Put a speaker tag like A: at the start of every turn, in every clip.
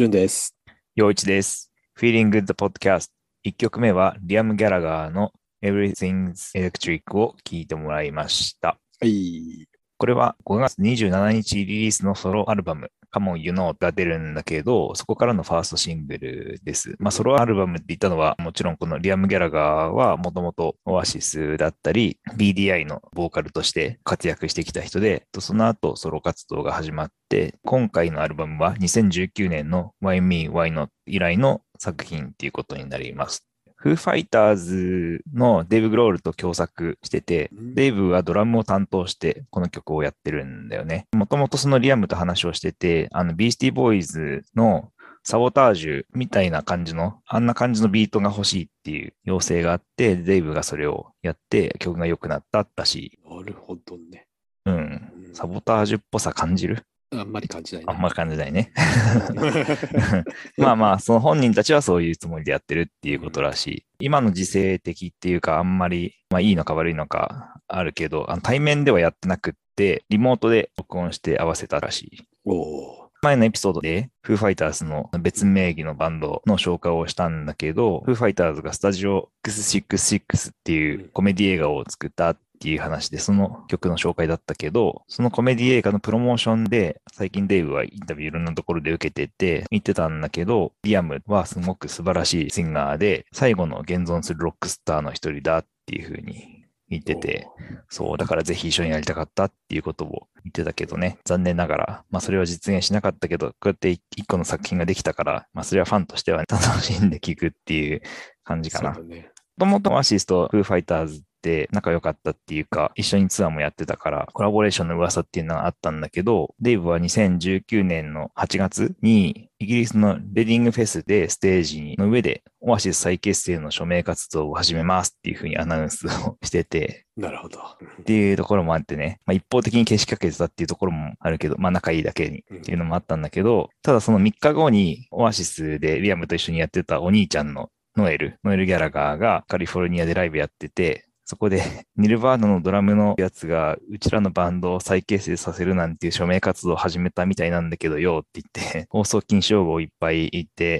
A: 順です。
B: 陽一です。Feeling Good Podcast。1曲目はリアム・ギャラガーの Everything's Electric を聴いてもらいました。
A: はい。
B: これは5月27日リリースのソロアルバム Come On You Know が出るんだけど、そこからのファーストシングルです。ソロアルバムって言ったのは、もちろんこのリアム・ギャラガーはもともとオアシスだったり、BDI のボーカルとして活躍してきた人で、その後ソロ活動が始まって、今回のアルバムは2019年の Why Me, Why Not 以来の作品っていうことになります。フーファイターズのデイブ・グロールと共作してて、デイブはドラムを担当してこの曲をやってるんだよね。もともとそのリアムと話をしてて、ビースティーボーイズのサボタージュみたいな感じの、あんな感じのビートが欲しいっていう要請があって、デイブがそれをやって曲が良くなったらしい。
A: なるほどね。
B: うん。サボタージュっぽさ感じる？
A: あんまり感じないね。
B: あんまり感じないね。その本人たちはそういうつもりでやってるっていうことらしい。今の時勢的っていうか、あんまり、いいのか悪いのかあるけど、対面ではやってなくって、リモートで録音して合わせたらしい。前のエピソードで、フーファイターズの別名義のバンドの紹介をしたんだけど、フーファイターズがスタジオ666っていうコメディ映画を作ったっていう話で、その曲の紹介だったけど、そのコメディ映画のプロモーションで、最近デイブはインタビューいろんなところで受けてて、言ってたんだけど、リアムはすごく素晴らしいシンガーで、最後の現存するロックスターの一人だっていう風に言ってて、そう、だからぜひ一緒にやりたかったっていうことを言ってたけどね、残念ながら、それは実現しなかったけど、こうやって一個の作品ができたから、それはファンとしては、楽しんで聴くっていう感じかな。
A: そうだね。
B: もともとアシスとフーファイターズって仲良かったっていうか、一緒にツアーもやってたから、コラボレーションの噂っていうのがあったんだけど、デイブは2019年の8月に、イギリスのレディングフェスでステージの上で、オアシス再結成の署名活動を始めますっていうふうにアナウンスをしてて、
A: なるほど。
B: っていうところもあってね、一方的にけしかけてたっていうところもあるけど、仲いいだけにっていうのもあったんだけど、ただその3日後にオアシスでリアムと一緒にやってたお兄ちゃんのノエル・ギャラガーがカリフォルニアでライブやってて、そこでニルバーナのドラムのやつがうちらのバンドを再結成させるなんていう署名活動を始めたみたいなんだけどよって言って、放送禁止用語をいっぱい言って、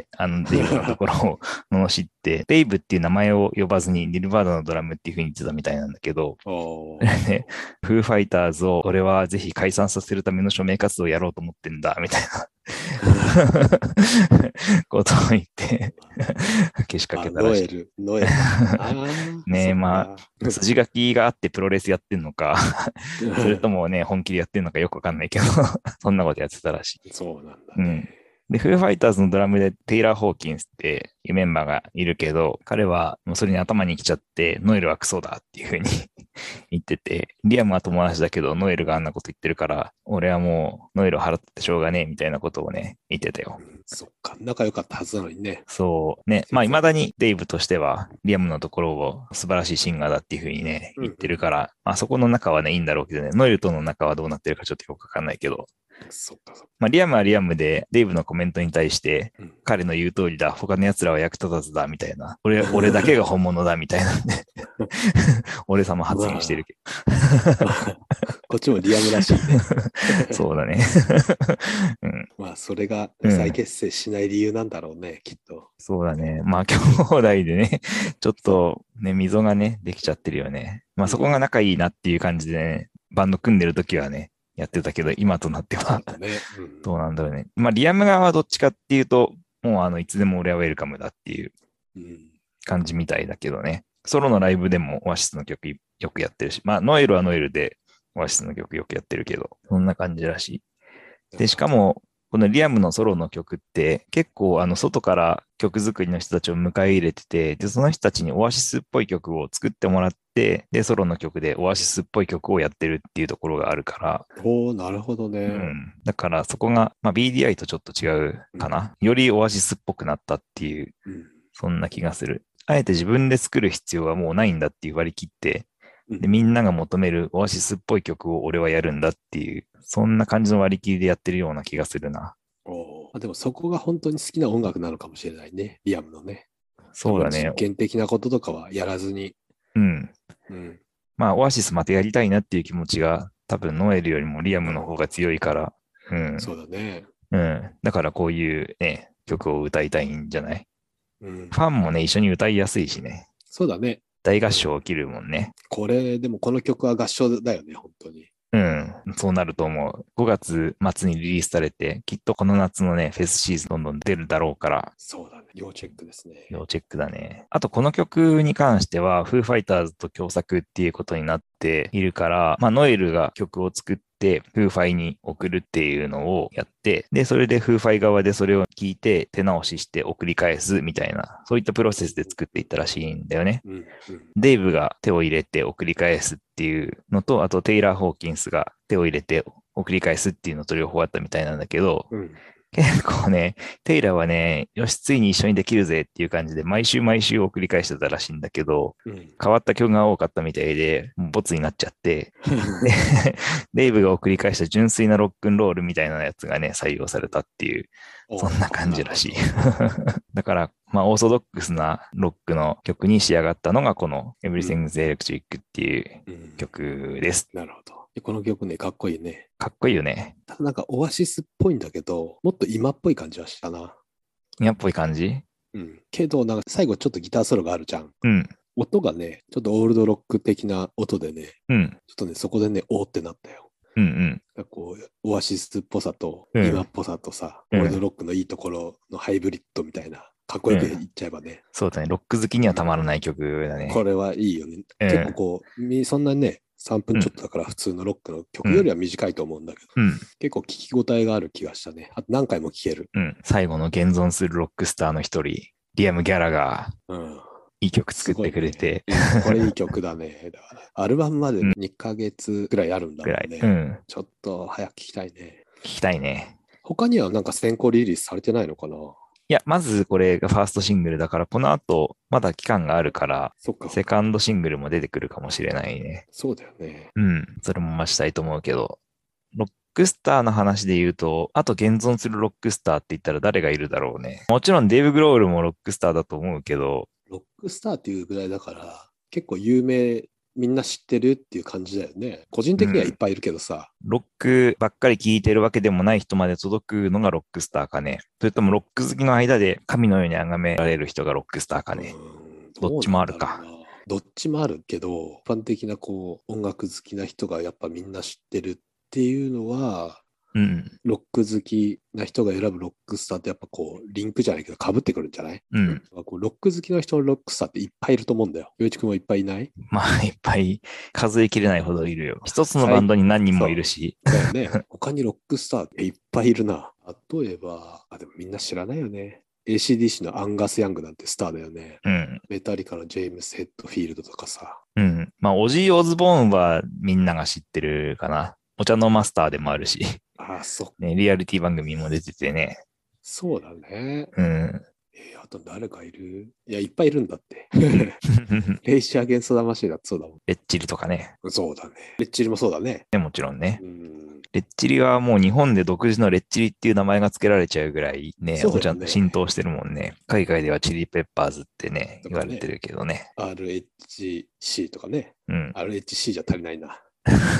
B: デイブのところを罵って、デイブっていう名前を呼ばずにニルバーナのドラムっていう風に言ってたみたいなんだけど、ね、フーファイターズを俺はぜひ解散させるための署名活動をやろうと思ってんだ、みたいなことを言って、けしかけたらしい。
A: ノエル。
B: ねえ、筋書きがあってプロレスやってんのか、それともね、本気でやってんのかよくわかんないけど、そんなことやってたらしい。
A: そうなんだね。
B: で、フーファイターズのドラムでテイラー・ホーキンスっていうメンバーがいるけど、彼はもうそれに頭に来ちゃって、ノエルはクソだっていう風に言ってて、リアムは友達だけど、ノエルがあんなこと言ってるから、俺はもうノエルを払ってしょうがねえみたいなことをね、言ってたよ。
A: そっか、仲良かったはずなのにね。
B: そうね。未だにデイブとしては、リアムのところを素晴らしいシンガーだっていう風にね、言ってるから、そこの仲はね、いいんだろうけどね、ノエルとの仲はどうなってるかちょっとよくわかんないけど、
A: そっかそっ
B: か。リアムはリアムで、デイブのコメントに対して、彼の言う通りだ、他の奴らは役立たずだ、みたいな。俺だけが本物だ、みたいなんで。俺様発言してるけ
A: ど。こっちもリアムらしいね。
B: そうだね。
A: それが再結成しない理由なんだろうね、きっと。
B: そうだね。兄弟でね、ちょっとね、溝がね、できちゃってるよね。そこが仲いいなっていう感じでね、バンド組んでる時はね、やってたけど、今となっては、どうなんだろうね。リアム側はどっちかっていうと、もういつでも俺はウェルカムだっていう感じみたいだけどね。ソロのライブでもオアシスの曲よくやってるし、ノエルはノエルでオアシスの曲よくやってるけど、そんな感じらしい。で、しかも、このリアムのソロの曲って結構外から曲作りの人たちを迎え入れてて、で、その人たちにオアシスっぽい曲を作ってもらって、で、ソロの曲でオアシスっぽい曲をやってるっていうところがあるから。
A: なるほどね。
B: だからそこが、BDI とちょっと違うかな。よりオアシスっぽくなったっていう、そんな気がする。あえて自分で作る必要はもうないんだっていう割り切って、で、みんなが求めるオアシスっぽい曲を俺はやるんだっていう、そんな感じの割り切りでやってるような気がするな。
A: でもそこが本当に好きな音楽なのかもしれないね、リアムのね。
B: そうだね。
A: 実験的なこととかはやらずに。
B: オアシスまたやりたいなっていう気持ちが多分ノエルよりもリアムの方が強いから。
A: そうだね。
B: だからこういうね、 曲を歌いたいんじゃない？
A: うん。
B: ファンもね、一緒に歌いやすいしね。
A: そうだね。
B: 大合唱起きるもんね。
A: でもこの曲は合唱だよね、本当に。
B: うん、そうなると思う。5月末にリリースされて、きっとこの夏のね、フェスシーズンどんどん出るだろうから、
A: そうだね。要チェックですね。
B: 要チェックだね。あとこの曲に関しては、フーファイターズと共作っていうことになっているから、まあ、ノエルが曲を作って、フーファイに送るっていうのをやって、で、それでフーファイ側でそれを聞いて、手直しして送り返すみたいな、そういったプロセスで作っていったらしいんだよね。
A: うんうん。
B: デイブが手を入れて送り返すっていうのと、あとテイラー・ホーキンスが手を入れて送り返すっていうのと両方あったみたいなんだけど、
A: うん。
B: 結構ね、テイラーはね、よし、ついに一緒にできるぜっていう感じで、毎週毎週送り返してたらしいんだけど、
A: うん。
B: 変わった曲が多かったみたいで、もうボツになっちゃって、でデイブが送り返した純粋なロックンロールみたいなやつがね、採用されたっていう、そんな感じらしい。だから、まあ、オーソドックスなロックの曲に仕上がったのが、この Everything's Electric っていう曲です。
A: なるほど。この曲ね、かっこいいね。
B: かっこいいよね。
A: ただなんかオアシスっぽいんだけど、もっと今っぽい感じはしたな。
B: 今っぽい感じ？
A: うん。けど、なんか最後ちょっとギターソロがあるじゃん。
B: うん。
A: 音がね、ちょっとオールドロック的な音でね、
B: うん。
A: ちょっとね、そこでね、おーってなったよ。
B: うんうん。
A: こう、オアシスっぽさと、
B: うん
A: 今っぽさとさ、
B: うん
A: オールドロックのいいところのハイブリッドみたいな、かっこよく言っちゃえばね。
B: そうだね。ロック好きにはたまらない曲だね。
A: これはいいよね。
B: うん
A: 結構こう、そんなね、3分ちょっとだから普通のロックの曲よりは短いと思うんだけど、
B: うん。
A: 結構聞き応えがある気がしたね。あと何回も聴ける。
B: うん。最後の現存するロックスターの一人、リアム・ギャラが
A: うん。
B: いい曲作ってくれて。
A: ね、これいい曲だね。だからアルバムまで2ヶ月くらいあるんだもんね。
B: うん。
A: ちょっと早く聴きたいね。
B: 聞きたいね。
A: 他にはなんか先行リリースされてないのかな？
B: いや、まずこれがファーストシングルだから、この後、まだ期間があるから、
A: そっか。
B: セカンドシングルも出てくるかもしれないね。
A: そうだよね。
B: うん。それも待ちたいと思うけど、ロックスターの話で言うと、あと現存するロックスターって言ったら誰がいるだろうね。もちろんデーブ・グロールもロックスターだと思うけど、
A: ロックスターっていうぐらいだから、結構有名、みんな知ってるっていう感じだよね。個人的にはいっぱいいるけどさ。
B: ロックばっかり聴いてるわけでもない人まで届くのがロックスターかね。それともロック好きの間で神のように崇められる人がロックスターかね。どっちもあるか。
A: どっちもあるけど、一般的なこう音楽好きな人がやっぱみんな知ってるっていうのは、
B: うん、
A: ロック好きな人が選ぶロックスターってやっぱこうリンクじゃないけど被ってくるんじゃない？
B: うん。
A: こうロック好きの人のロックスターっていっぱいいると思うんだよ。洋一くんもいっぱいいない？
B: まあ、いっぱい数えきれないほどいるよ。一つのバンドに何人もいるし。
A: だよね。他にロックスターっていっぱいいるな。例えば、でもみんな知らないよね。AC/DC のアンガス・ヤングなんてスターだよね。
B: うん。
A: メタリカのジェームス・ヘッドフィールドとかさ。
B: うん。まあ、オジー・オズボーンはみんなが知ってるかな。お茶のマスターでもあるし。
A: ああ、そ
B: ね、リアリティ番組も出ててね。
A: そうだね。
B: うん。
A: あと誰かいる？いや、いっぱいいるんだって。レイシー・アゲンスト・魂だってそうだもん。
B: レッチリとかね。
A: そうだね。レッチリもそうだね。
B: もちろんね。
A: うん、
B: レッチリはもう日本で独自のレッチリっていう名前が付けられちゃうぐらいね、
A: そうだよね、
B: おちゃんと浸透してるもんね。海外ではチリペッパーズってね、言われてるけどね。
A: RHC とかね。
B: うん。
A: RHC じゃ足りないな。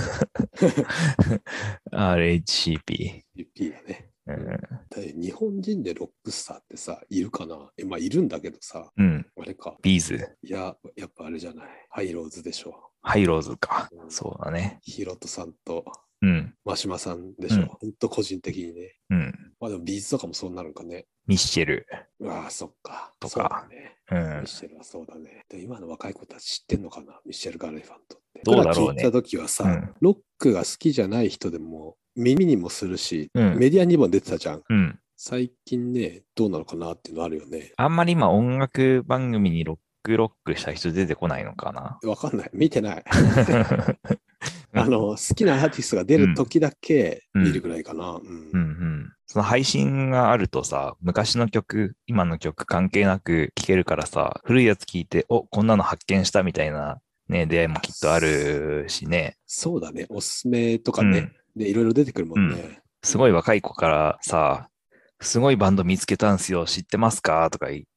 B: RHCP。
A: CP だね。
B: うん、
A: 日本人でロックスターってさ、いるかな？まあ、いるんだけどさ。
B: うん。
A: あれか。
B: ビーズ。
A: いや、やっぱあれじゃない。ハイローズでしょ。
B: ハイローズか。そうだね。
A: ヒロトさんと、
B: うん。
A: マシマさんでしょ。ほんと個人的にね。
B: うん。
A: まあでもビーズとかもそうなるかね。
B: ミッシェル。
A: うわあ、そっか。
B: とか。
A: そうだね。
B: うん。
A: ミッシェルはそうだね。で、今の若い子たち知ってんのかな？ミッシェル・ガレファントって。
B: どうだろうね。
A: 聞いた時はさ、ロックが好きじゃない人でも耳にもするし、
B: うん、
A: メディアにも出てたじゃん。
B: うん。
A: 最近ね、どうなのかなっていうのあるよね。
B: あんまり今音楽番組にロックした人出てこないのかな？
A: わかんない。見てない。好きなアーティストが出る時だけ見るぐらいかな。
B: その配信があるとさ、昔の曲、今の曲関係なく聴けるからさ、古いやつ聞いて、こんなの発見したみたいなね、出会いもきっとあるしね。
A: そうだね。おすすめとかね。で、いろいろ出てくるもんね。
B: すごい若い子からさ、すごいバンド見つけたんすよ、知ってますかとか言って、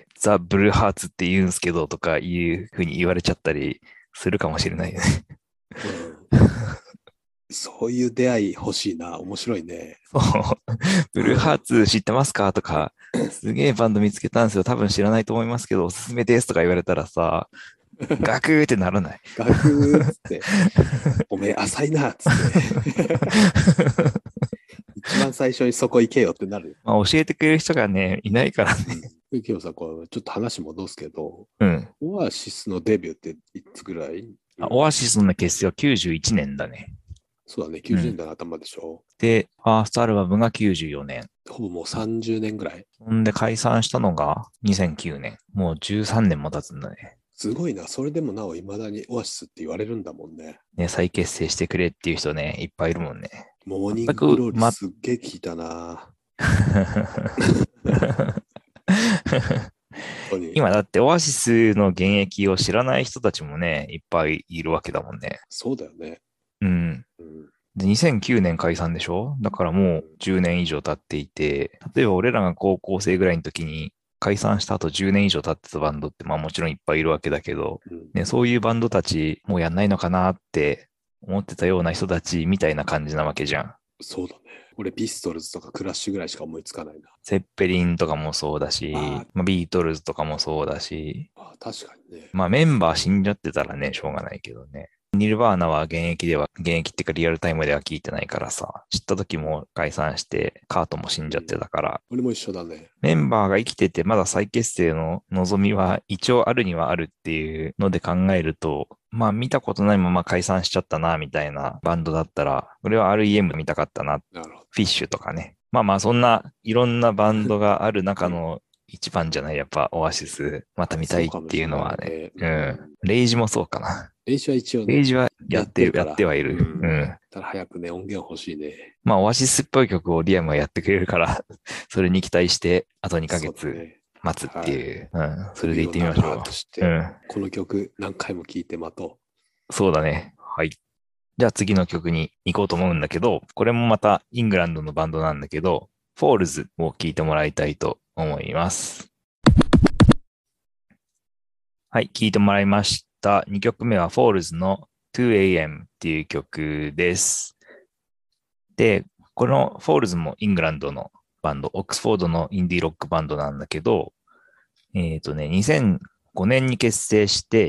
B: ザ・ブルーハーツって言うんすけどとかいう風に言われちゃったりするかもしれないよね。
A: そういう出会い欲しいな。面白いね。
B: そうブルーハーツ知ってますかとか、すげえバンド見つけたんですよ。多分知らないと思いますけど、おすすめですとか言われたらさ、ガクーってならない。
A: ガクーっつって、おめえ浅いなっつって。一番最初にそこ行けよってなる。
B: まあ、教えてくれる人がね、いないからね。
A: けどさ、こうちょっと話戻すけど、
B: うん。
A: オアシスのデビューっていつぐらい？
B: オアシスの結成は91年だね。
A: そうだね、90年代の頭でしょ。
B: で、ファーストアルバムが94年。
A: ほぼもう30年ぐらい。
B: ほんで解散したのが2009年。もう13年も経つんだね。
A: すごいな。それでもなお未だにオアシスって言われるんだもんね。
B: ね、再結成してくれっていう人ね、いっぱいいるもんね。
A: モーニンググローリーすっげえ聞いたな。
B: 今だってオアシスの現役を知らない人たちもね、いっぱいいるわけだもんね。
A: そうだよね。
B: うん。で、2009年解散でしょ？だからもう10年以上経っていて、例えば俺らが高校生ぐらいの時に解散した後10年以上経ってたバンドってまあもちろんいっぱいいるわけだけど、ね、そういうバンドたちもうやんないのかなって思ってたような人たちみたいな感じなわけじゃん。
A: そうだね。俺ピストルズとかクラッシュぐらいしか思いつかないな。
B: セッペリンとかもそうだし、ビートルズとかもそうだし、
A: 確かにね。
B: まあメンバー死んじゃってたらね、しょうがないけどね。ニルバーナは現役っていうかリアルタイムでは聞いてないからさ、知った時も解散して、カートも死んじゃってたから、
A: 俺も一緒だね。
B: メンバーが生きててまだ再結成の望みは一応あるにはあるっていうので考えると、まあ見たことないまま解散しちゃったなみたいなバンドだったら、俺は REM 見たかったな。
A: なるほど。
B: フィッシュとかね。まあまあそんないろんなバンドがある中の一番じゃない、やっぱオアシスまた見たいっていうのはね。レイジもそうかな。
A: レイジは一応ね。
B: レイジはやってはいる。
A: ただ早くね、音源欲しいね。
B: まあオアシスっぽい曲をリアムがやってくれるから、それに期待してあと2ヶ月待つっていう。それで行ってみましょう。
A: この曲何回も聴いて待と
B: う。そうだね。はい。じゃあ次の曲に行こうと思うんだけど、これもまたイングランドのバンドなんだけど、フォールズを聴いてもらいたいと思います。はい、聴いてもらいました。2曲目はフォールズの 2AM っていう曲です。で、このフォールズもイングランドのバンド、オックスフォードのインディーロックバンドなんだけど、2005年に結成して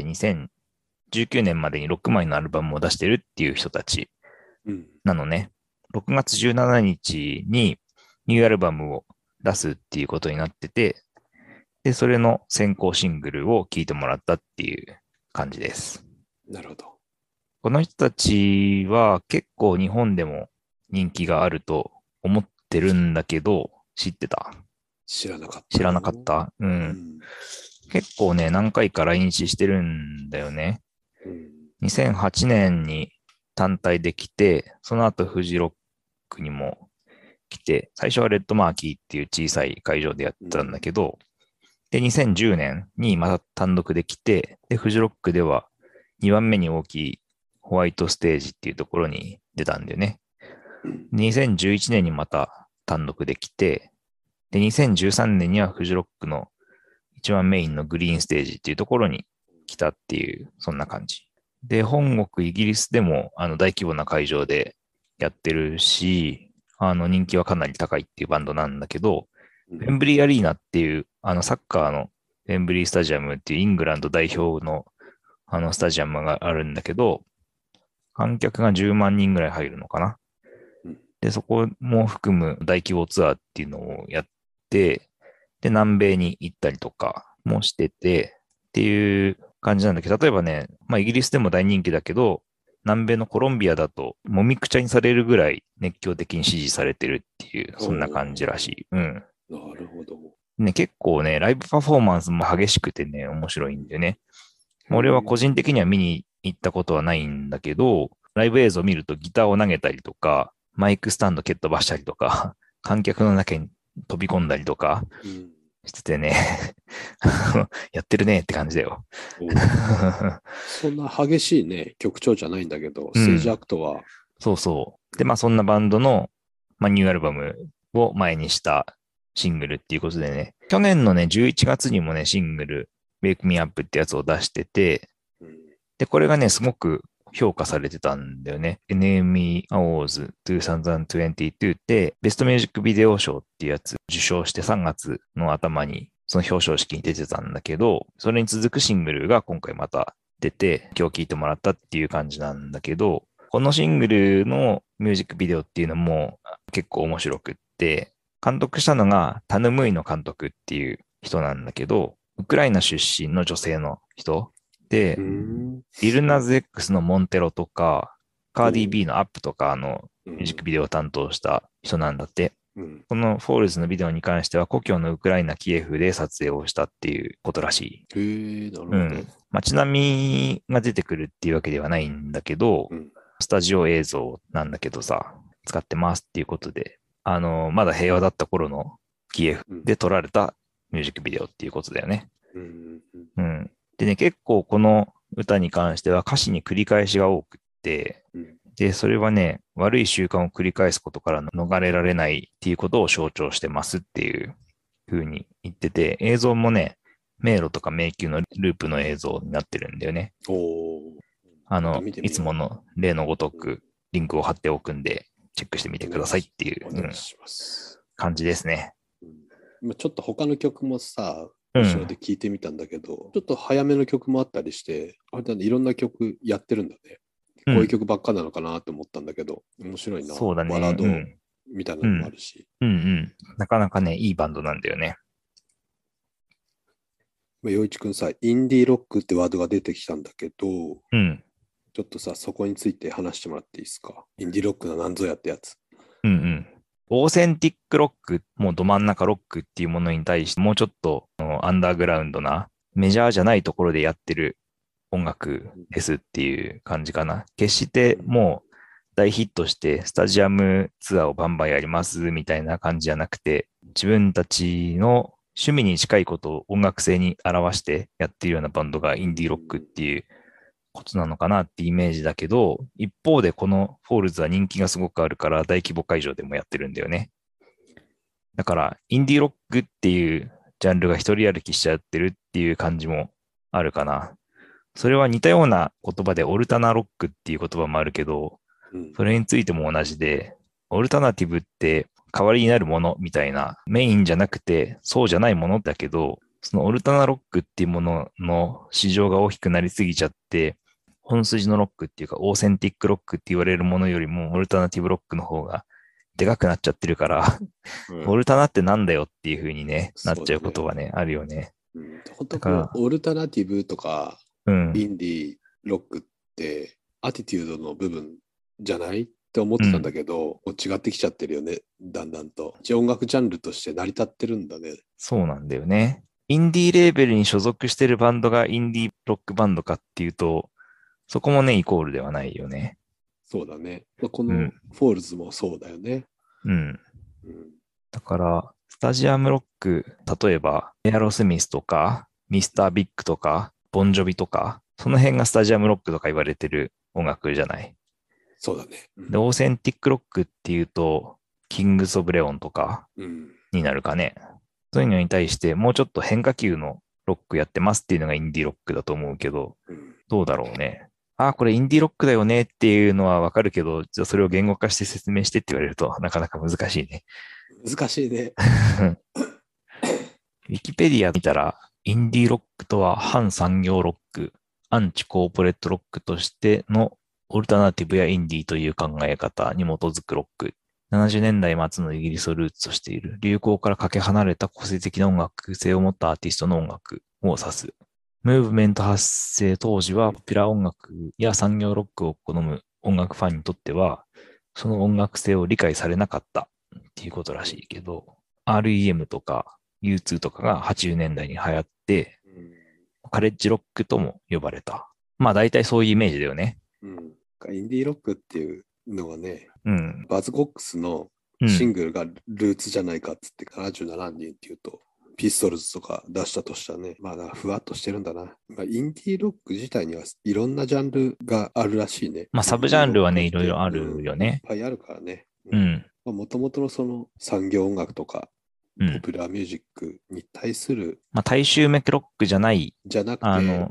B: 2019年までに6枚のアルバムを出してるっていう人たちなのね。6月17日にニューアルバムを出すっていうことになってて、で、それの先行シングルを聴いてもらったっていう感じです。
A: なるほど。
B: この人たちは結構日本でも人気があると思ってるんだけど、知ってた？
A: 知らなかった。
B: 知らなかった。結構ね、何回か来日してるんだよね。2008年に単体で来て、その後フジロックにも来て、最初はレッドマーキーっていう小さい会場でやったんだけど、で、2010年にまた単独で来て、で、フジロックでは2番目に大きいホワイトステージっていうところに出たんだよね。2011年にまた単独で来て、で、2013年にはフジロックの一番メインのグリーンステージっていうところに来たっていう、そんな感じ。で、本国イギリスでも大規模な会場でやってるし、人気はかなり高いっていうバンドなんだけど、ウェンブリーアリーナっていう、サッカーのウェンブリースタジアムっていうイングランド代表のスタジアムがあるんだけど、観客が10万人ぐらい入るのかな。で、そこも含む大規模ツアーっていうのをやって、で、南米に行ったりとかもしてて、っていう感じなんだけど、例えばね、まあイギリスでも大人気だけど、南米のコロンビアだと、もみくちゃにされるぐらい熱狂的に支持されてるっていう、そんな感じらしい。な
A: るほど。
B: ね、結構ね、ライブパフォーマンスも激しくてね、面白いんでね。俺は個人的には見に行ったことはないんだけど、ライブ映像を見るとギターを投げたりとか、マイクスタンド蹴っ飛ばしたりとか、観客の中に飛び込んだりとかしててね、やってるねって感じだよ。
A: そんな激しいね、曲調じゃないんだけど、ステージアクトは。
B: そうそう。で、まあそんなバンドの、ニューアルバムを前にしたシングルっていうことでね、去年のね、11月にもね、シングル、Wake Me Up ってやつを出してて、で、これがね、すごく評価されてたんだよね。NME Awards 2022で、ベストミュージックビデオ賞っていうやつ受賞して3月の頭にその表彰式に出てたんだけど、それに続くシングルが今回また出て、今日聴いてもらったっていう感じなんだけど、このシングルのミュージックビデオっていうのも結構面白くって、監督したのがタヌムイの監督っていう人なんだけど、ウクライナ出身の女性の人で、リルナズ X のモンテロとか、カーディ B のアップとかのミュージックビデオを担当した人なんだって。このフォールズのビデオに関しては故郷のウクライナ・キエフで撮影をしたっていうことらしい。
A: へえ、なるほど。
B: 街並みが出てくるっていうわけではないんだけど、スタジオ映像なんだけどさ、使ってますっていうことで、まだ平和だった頃のキエフで撮られたミュージックビデオっていうことだよね。でね、結構この歌に関しては歌詞に繰り返しが多くって、で、それはね、悪い習慣を繰り返すことから逃れられないっていうことを象徴してますっていう風に言ってて、映像もね、迷路とか迷宮のループの映像になってるんだよね。いつもの例のごとくリンクを貼っておくんで、チェックしてみてくださいっていう感じですね。
A: ちょっと他の曲もさ、後ろで聞いてみたんだけど、ちょっと早めの曲もあったりして、あれだね、いろんな曲やってるんだね。こういう曲ばっかなのかなと思ったんだけど、面白いな。
B: そうだね。
A: バラードみたいなのもあるし。
B: なかなかね、いいバンドなんだよね。
A: 陽一くんさ、インディーロックってワードが出てきたんだけど、ちょっとさ、そこについて話してもらっていいですか。インディーロックの何ぞやってやつ。
B: オーセンティックロック、もうど真ん中ロックっていうものに対して、もうちょっとアンダーグラウンドな、メジャーじゃないところでやってる音楽ですっていう感じかな。決してもう大ヒットしてスタジアムツアーをバンバンやりますみたいな感じじゃなくて、自分たちの趣味に近いことを音楽性に表してやっているようなバンドがインディーロックっていうことなのかなってイメージだけど、一方でこのフォールズは人気がすごくあるから大規模会場でもやってるんだよね。だからインディーロックっていうジャンルが一人歩きしちゃってるっていう感じもあるかな。それは似たような言葉でオルタナロックっていう言葉もあるけど、それについても同じで、オルタナティブって代わりになるものみたいな、メインじゃなくてそうじゃないものだけど、そのオルタナロックっていうものの市場が大きくなりすぎちゃって、本筋のロックっていうかオーセンティックロックって言われるものよりもオルタナティブロックの方がでかくなっちゃってるから、オルタナってなんだよっていう風にね、なっちゃうことはね、あるよね。
A: 本当かオルタナティブとか、インディーロックってアティテュードの部分じゃないって思ってたんだけど、違ってきちゃってるよね、だんだんと。音楽ジャンルとして成り立ってるんだね。
B: そうなんだよね。インディーレーベルに所属してるバンドがインディーロックバンドかっていうと、そこもね、イコールではないよね。
A: そうだね。このフォールズもそうだよね。
B: だから、スタジアムロック、例えば、エアロスミスとか、ミスタービッグとか、ボンジョビとか、その辺がスタジアムロックとか言われてる音楽じゃない。
A: そうだね。
B: で、オーセンティックロックっていうと、キングス・オブ・レオンとかになるかね。そういうのに対して、もうちょっと変化球のロックやってますっていうのがインディーロックだと思うけど、どうだろうね。これインディーロックだよねっていうのはわかるけど、じゃあそれを言語化して説明してって言われるとなかなか難しいね。
A: 難しいね。
B: ウィキペディア見たら、インディーロックとは反産業ロック、アンチコーポレートロックとしてのオルタナティブやインディーという考え方に基づくロック。70年代末のイギリスをルーツとしている流行からかけ離れた個性的な音楽性を持ったアーティストの音楽を指す。ムーブメント発生当時はポピュラー音楽や産業ロックを好む音楽ファンにとっては、その音楽性を理解されなかったっていうことらしいけど、REM とか U2 とかが80年代に流行って、カレッジロックとも呼ばれた。まあ大体そういうイメージだよね。
A: インディーロックっていうのはね、バズコックスのシングルがルーツじゃないかっつって77人っていうと、ピストルズとか出したとしたらね、まあふわっとしてるんだな。インディーロック自体にはいろんなジャンルがあるらしいね。
B: まあサブジャンルはね、いろいろあるよね。
A: いっぱいあるからね。もともとのその産業音楽とか、ポピュラーミュージックに対する、
B: 大衆メロックじゃない、
A: じゃなくて、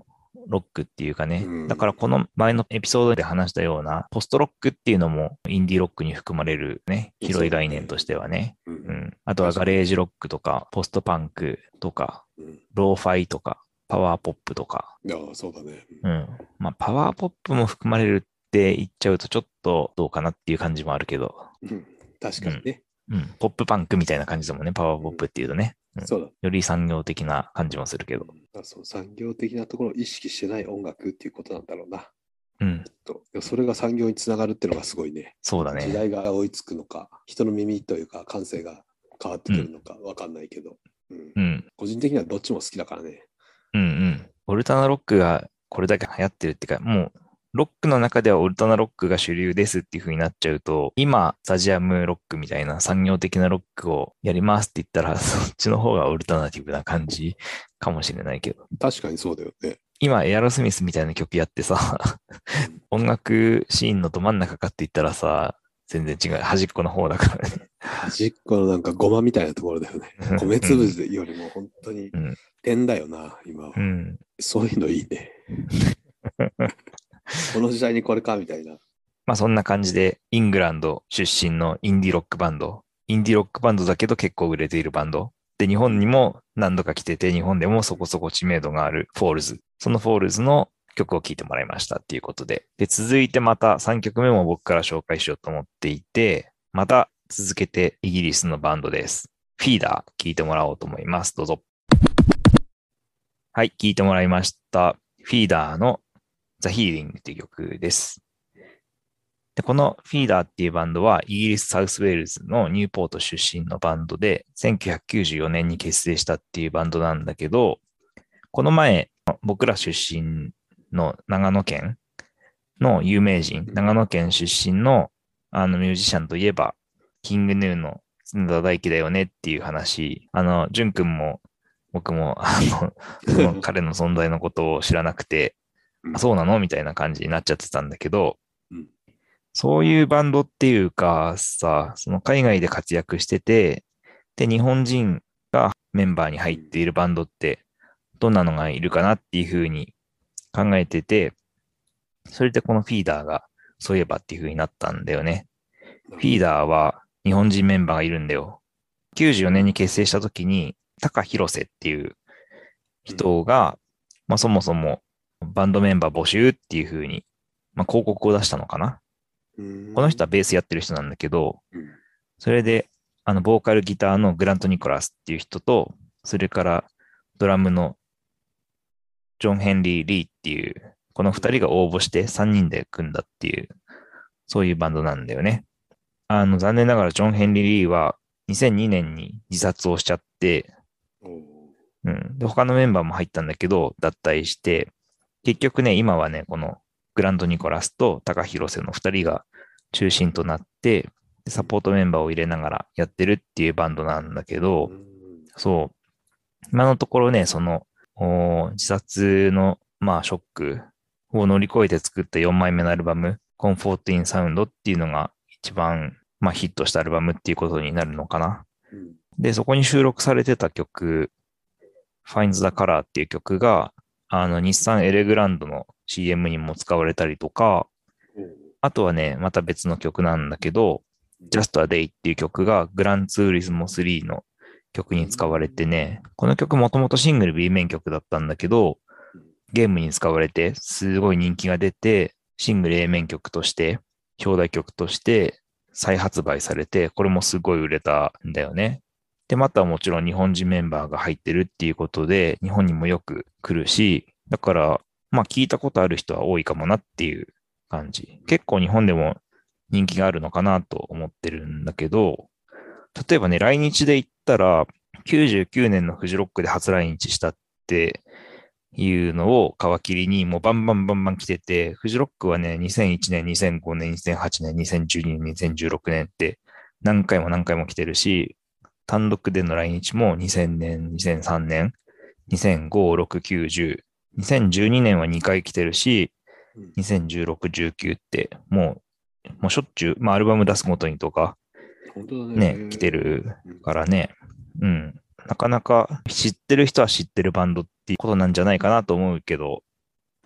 B: ロックっていうかね。だからこの前のエピソードで話したような、ポストロックっていうのもインディーロックに含まれるね、広い概念としてはね。あとはガレージロックとか、ポストパンクとか、ローファイとか、パワーポップとか。
A: いや、そうだね。
B: まあ、パワーポップも含まれるって言っちゃうとちょっとどうかなっていう感じもあるけど。
A: 確かにね。
B: ポップパンクみたいな感じだもんね、パワーポップっていうとね。
A: そうだ。
B: より産業的な感じもするけど。
A: そう産業的なところを意識してない音楽っていうことなんだろうな。それが産業につながるっていうのがすごいね。
B: そうだね。
A: 時代が追いつくのか、人の耳というか感性が変わってくるのかわかんないけど、個人的にはどっちも好きだからね。
B: オルタナロックがこれだけ流行ってるっていうか、もうロックの中ではオルタナロックが主流ですっていう風になっちゃうと、今、スタジアムロックみたいな産業的なロックをやりますって言ったら、そっちの方がオルタナティブな感じかもしれないけど。
A: 確かにそうだよね。
B: 今、エアロスミスみたいな曲やってさ、音楽シーンのど真ん中かって言ったらさ、全然違う。端っこの方だからね。
A: 端っこのなんかゴマみたいなところだよね。米粒よりも本当に点だよな、今は。そういうのいいね。この時代にこれかみたいな。
B: まあそんな感じで、イングランド出身のインディロックバンド。インディロックバンドだけど結構売れているバンド。で、日本にも何度か来てて、日本でもそこそこ知名度があるフォールズ。そのフォールズの曲を聴いてもらいましたっていうことで。で、続いてまた3曲目も僕から紹介しようと思っていて、また続けてイギリスのバンドです。フィーダー聴いてもらおうと思います。どうぞ。はい、聴いてもらいました。フィーダーのザ・ヒーリングっていう曲です。で、このフィーダーっていうバンドはイギリス・サウスウェールズのニューポート出身のバンドで1994年に結成したっていうバンドなんだけど、この前僕ら出身の長野県の有名人、長野県出身のミュージシャンといえばキングヌーの角田大輝だよねっていう話、淳くんも僕もその彼の存在のことを知らなくて、そうなのみたいな感じになっちゃってたんだけど、そういうバンドっていうかさ、その海外で活躍してて、で、日本人がメンバーに入っているバンドって、どんなのがいるかなっていうふうに考えてて、それでこのフィーダーが、そういえばっていうふうになったんだよね。フィーダーは日本人メンバーがいるんだよ。94年に結成した時に、高広瀬っていう人が、まあそもそもバンドメンバー募集っていうふうに、まあ広告を出したのかな。この人はベースやってる人なんだけど、それで、ボーカルギターのグラント・ニコラスっていう人と、それからドラムのジョン・ヘンリー・リーっていう、この二人が応募して3人で組んだっていう、そういうバンドなんだよね。残念ながらジョン・ヘンリー・リーは2002年に自殺をしちゃって、で、他のメンバーも入ったんだけど、脱退して、結局ね、今はね、このグラント・ニコラスと高広瀬の2人が中心となって、サポートメンバーを入れながらやってるっていうバンドなんだけど、そう。今のところね、その、自殺の、まあ、ショックを乗り越えて作った4枚目のアルバム、Comfort in Sound っていうのが一番、まあ、ヒットしたアルバムっていうことになるのかな。で、そこに収録されてた曲、Finds the Color っていう曲が、日産エレグランドの CM にも使われたりとか、あとはね、また別の曲なんだけど、Just a Day っていう曲がグランツーリスモ3の曲に使われてね、この曲もともとシングル B 面曲だったんだけど、ゲームに使われてすごい人気が出て、シングル A 面曲として、表題曲として再発売されて、これもすごい売れたんだよね。で、またもちろん日本人メンバーが入ってるっていうことで、日本にもよく来るし、だから、まあ聞いたことある人は多いかもなっていう感じ。結構日本でも人気があるのかなと思ってるんだけど、例えばね、来日で言ったら、99年のフジロックで初来日したっていうのを皮切りにもうバンバンバンバン来てて、フジロックはね、2001年、2005年、2008年、2012年、2016年って何回も何回も来てるし、単独での来日も2000年、2003年、2005、6、9、10、2012年は2回来てるし、2016、19ってもうしょっちゅう、まあアルバム出すごとにとか、ね、来てるからね、なかなか知ってる人は知ってるバンドっていうことなんじゃないかなと思うけど、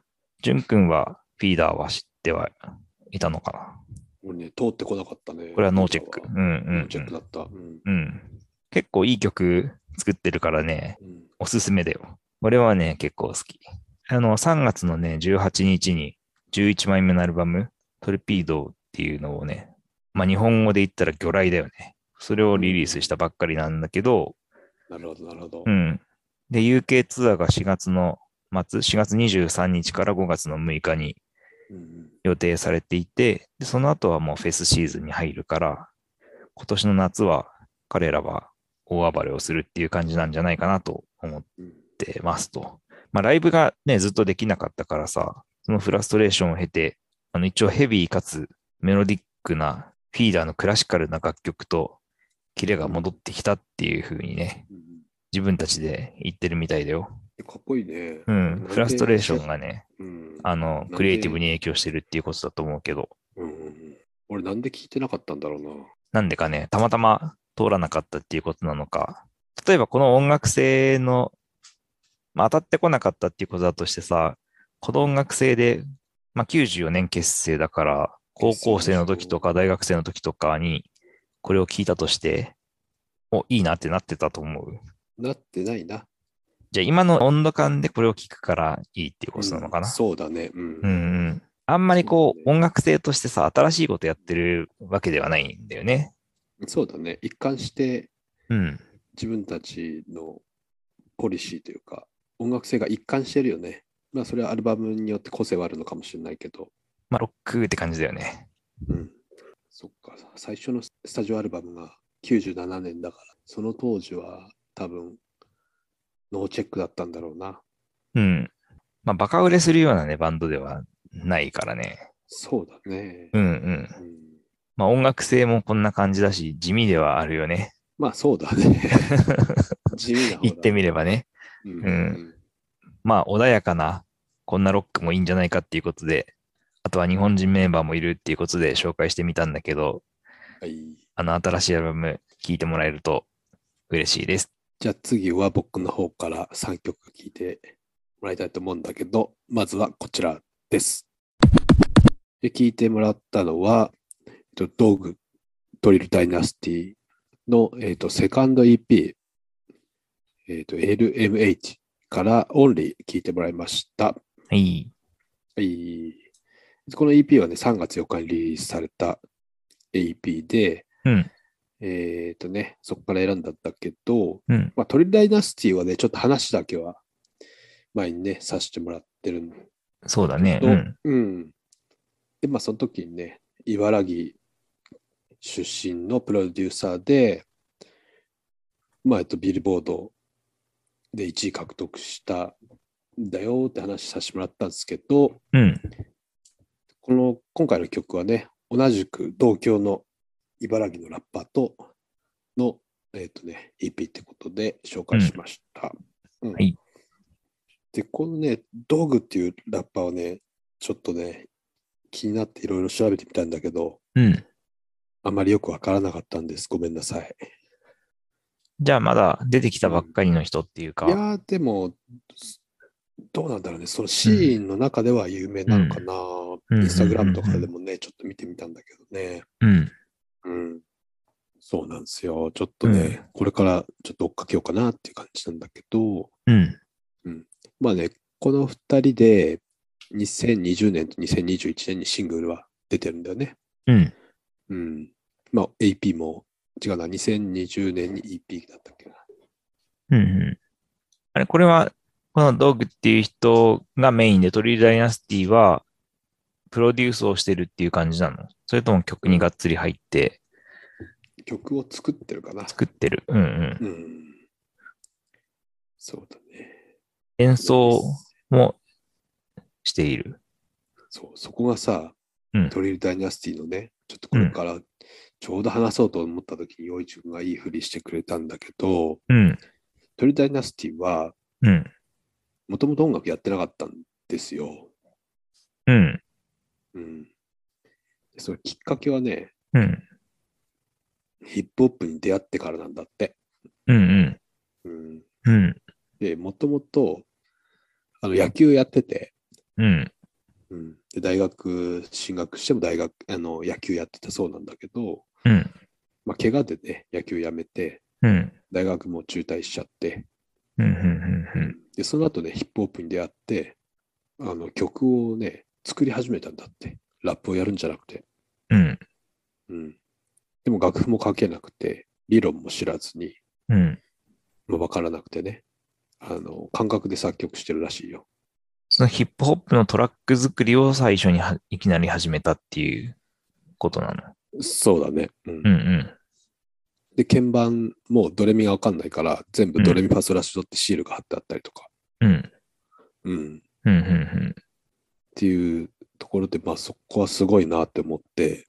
B: ジュン君はフィーダーは知ってはいたのかな。
A: 俺ね、通ってこなかったね。
B: これはノーチェック。うんうん
A: ノーチェックだった。うん。
B: うん。結構いい曲作ってるからね、
A: うん、
B: おすすめだよ。俺はね、結構好き。3月のね、18日に11枚目のアルバム、トルピードっていうのをね、まあ日本語で言ったら魚雷だよね。それをリリースしたばっかりなんだけど、
A: なるほど、なるほど。
B: うん。で、UK ツアーが4月の末、4月23日から5月の6日に予定されていて、でその後はもうフェスシーズンに入るから、今年の夏は彼らは大暴れをするっていう感じなんじゃないかなと思ってますと。まあライブがね、ずっとできなかったからさ、そのフラストレーションを経て、一応ヘビーかつメロディックなフィーダーのクラシカルな楽曲とキレが戻ってきたっていう風にね、自分たちで言ってるみたいだよ。
A: かっこいいね。
B: うん。フラストレーションがね、クリエイティブに影響してるっていうことだと思うけど。
A: 俺なんで聞いてなかったんだろうな。
B: なんでかね、たまたま通らなかったっていうことなのか。例えばこの音楽性の、まあ、当たってこなかったっていうことだとしてさ、この音楽性で、まあ、94年結成だから、高校生の時とか大学生の時とかにこれを聞いたとして、いいなってなってたと思う。
A: なってないな。
B: じゃあ今の温度感でこれを聞くからいいっていうことなのかな。
A: そうだね。
B: あんまり音楽性としてさ、新しいことやってるわけではないんだよね。
A: そうだね。一貫して、自分たちのポリシーというか、音楽性が一貫してるよね。まあ、それはアルバムによって個性はあるのかもしれないけど。
B: まあ、ロックって感じだよね。
A: そっか。最初のスタジオアルバムが97年だから、その当時は多分、ノーチェックだったんだろうな。
B: まあ、バカ売れするようなね、バンドではないからね。
A: そうだね。
B: まあ、音楽性もこんな感じだし、地味ではあるよね。
A: まあ、そうだね。地味な方だ。
B: 言ってみればね。まあ、穏やかな、こんなロックもいいんじゃないかっていうことで、あとは日本人メンバーもいるっていうことで紹介してみたんだけど、新しいアルバム聴いてもらえると嬉しいです。
A: じゃあ次は僕の方から3曲聴いてもらいたいと思うんだけど、まずはこちらです。聴いてもらったのは、ドーグドリルダイナスティの、セカンド EP、LMH からオンリー聴いてもらいました。
B: はい。
A: この EP はね、3月4日にリリースされた EP で、そこから選んだんだけど、まあ、トリルダイナスティはね、ちょっと話だけは前にね、させてもらってるんだけど、
B: そうだね。
A: で、まあ、その時にね、茨城出身のプロデューサーで、まあ、ビルボードで1位獲得したんだよって話させてもらったんですけど、今回の曲はね、同じく同郷の茨城のラッパーとの、EP ってことで紹介しました。
B: はい。
A: で、このね、ドーグっていうラッパーをね、ちょっとね、気になっていろいろ調べてみたんだけど、あまりよくわからなかったんです。ごめんなさい。
B: じゃあまだ出てきたばっかりの人っていうか。
A: いやー、でも、どうなんだろうね。そのシーンの中では有名なのかな。インスタグラムとかでもね、ちょっと見てみたんだけどね。そうなんですよ。ちょっとね、これからちょっと追っかけようかなっていう感じなんだけど、まあね、この2人で2020年と2021年にシングルは出てるんだよね。まあ AP も違うな、2020年に EP だったっけな。
B: あれ、これは、このドッグっていう人がメインで、トリルダイナスティはプロデュースをしてるっていう感じなの？それとも曲にがっつり入って、
A: 曲を作ってるかな。
B: 作ってる。
A: そうだね。
B: 演奏もしている。
A: そこがさ、トリルダイナスティのね、ちょっとこれからちょうど話そうと思った時に陽一君がいいふりしてくれたんだけど、トリルダイナスティは、もともと音楽やってなかったんですよ。そのきっかけはね、ヒップホップに出会ってからなんだって。で、もともと野球やってて、 で、大学進学しても野球やってたそうなんだけど、
B: うん。
A: まあ、怪我でね、野球やめて、
B: うん。
A: 大学も中退しちゃって、
B: うん。うん。
A: で、その後ね、ヒップホップに出会って、曲をね、作り始めたんだって。ラップをやるんじゃなくて。
B: うん。
A: うん。でも楽譜も書けなくて、理論も知らずに、
B: うん。
A: わからなくてね、感覚で作曲してるらしいよ。
B: そのヒップホップのトラック作りを最初にいきなり始めたっていうことなの？
A: そうだね。う
B: うん。う
A: ん。
B: ん。
A: で、鍵盤もドレミがわかんないから、全部
B: うん。
A: ドレミファソラシドってシールが貼ってあったりとか。
B: うん。
A: うん。
B: うん。うん。
A: っていうところで、まあそこはすごいなって思って、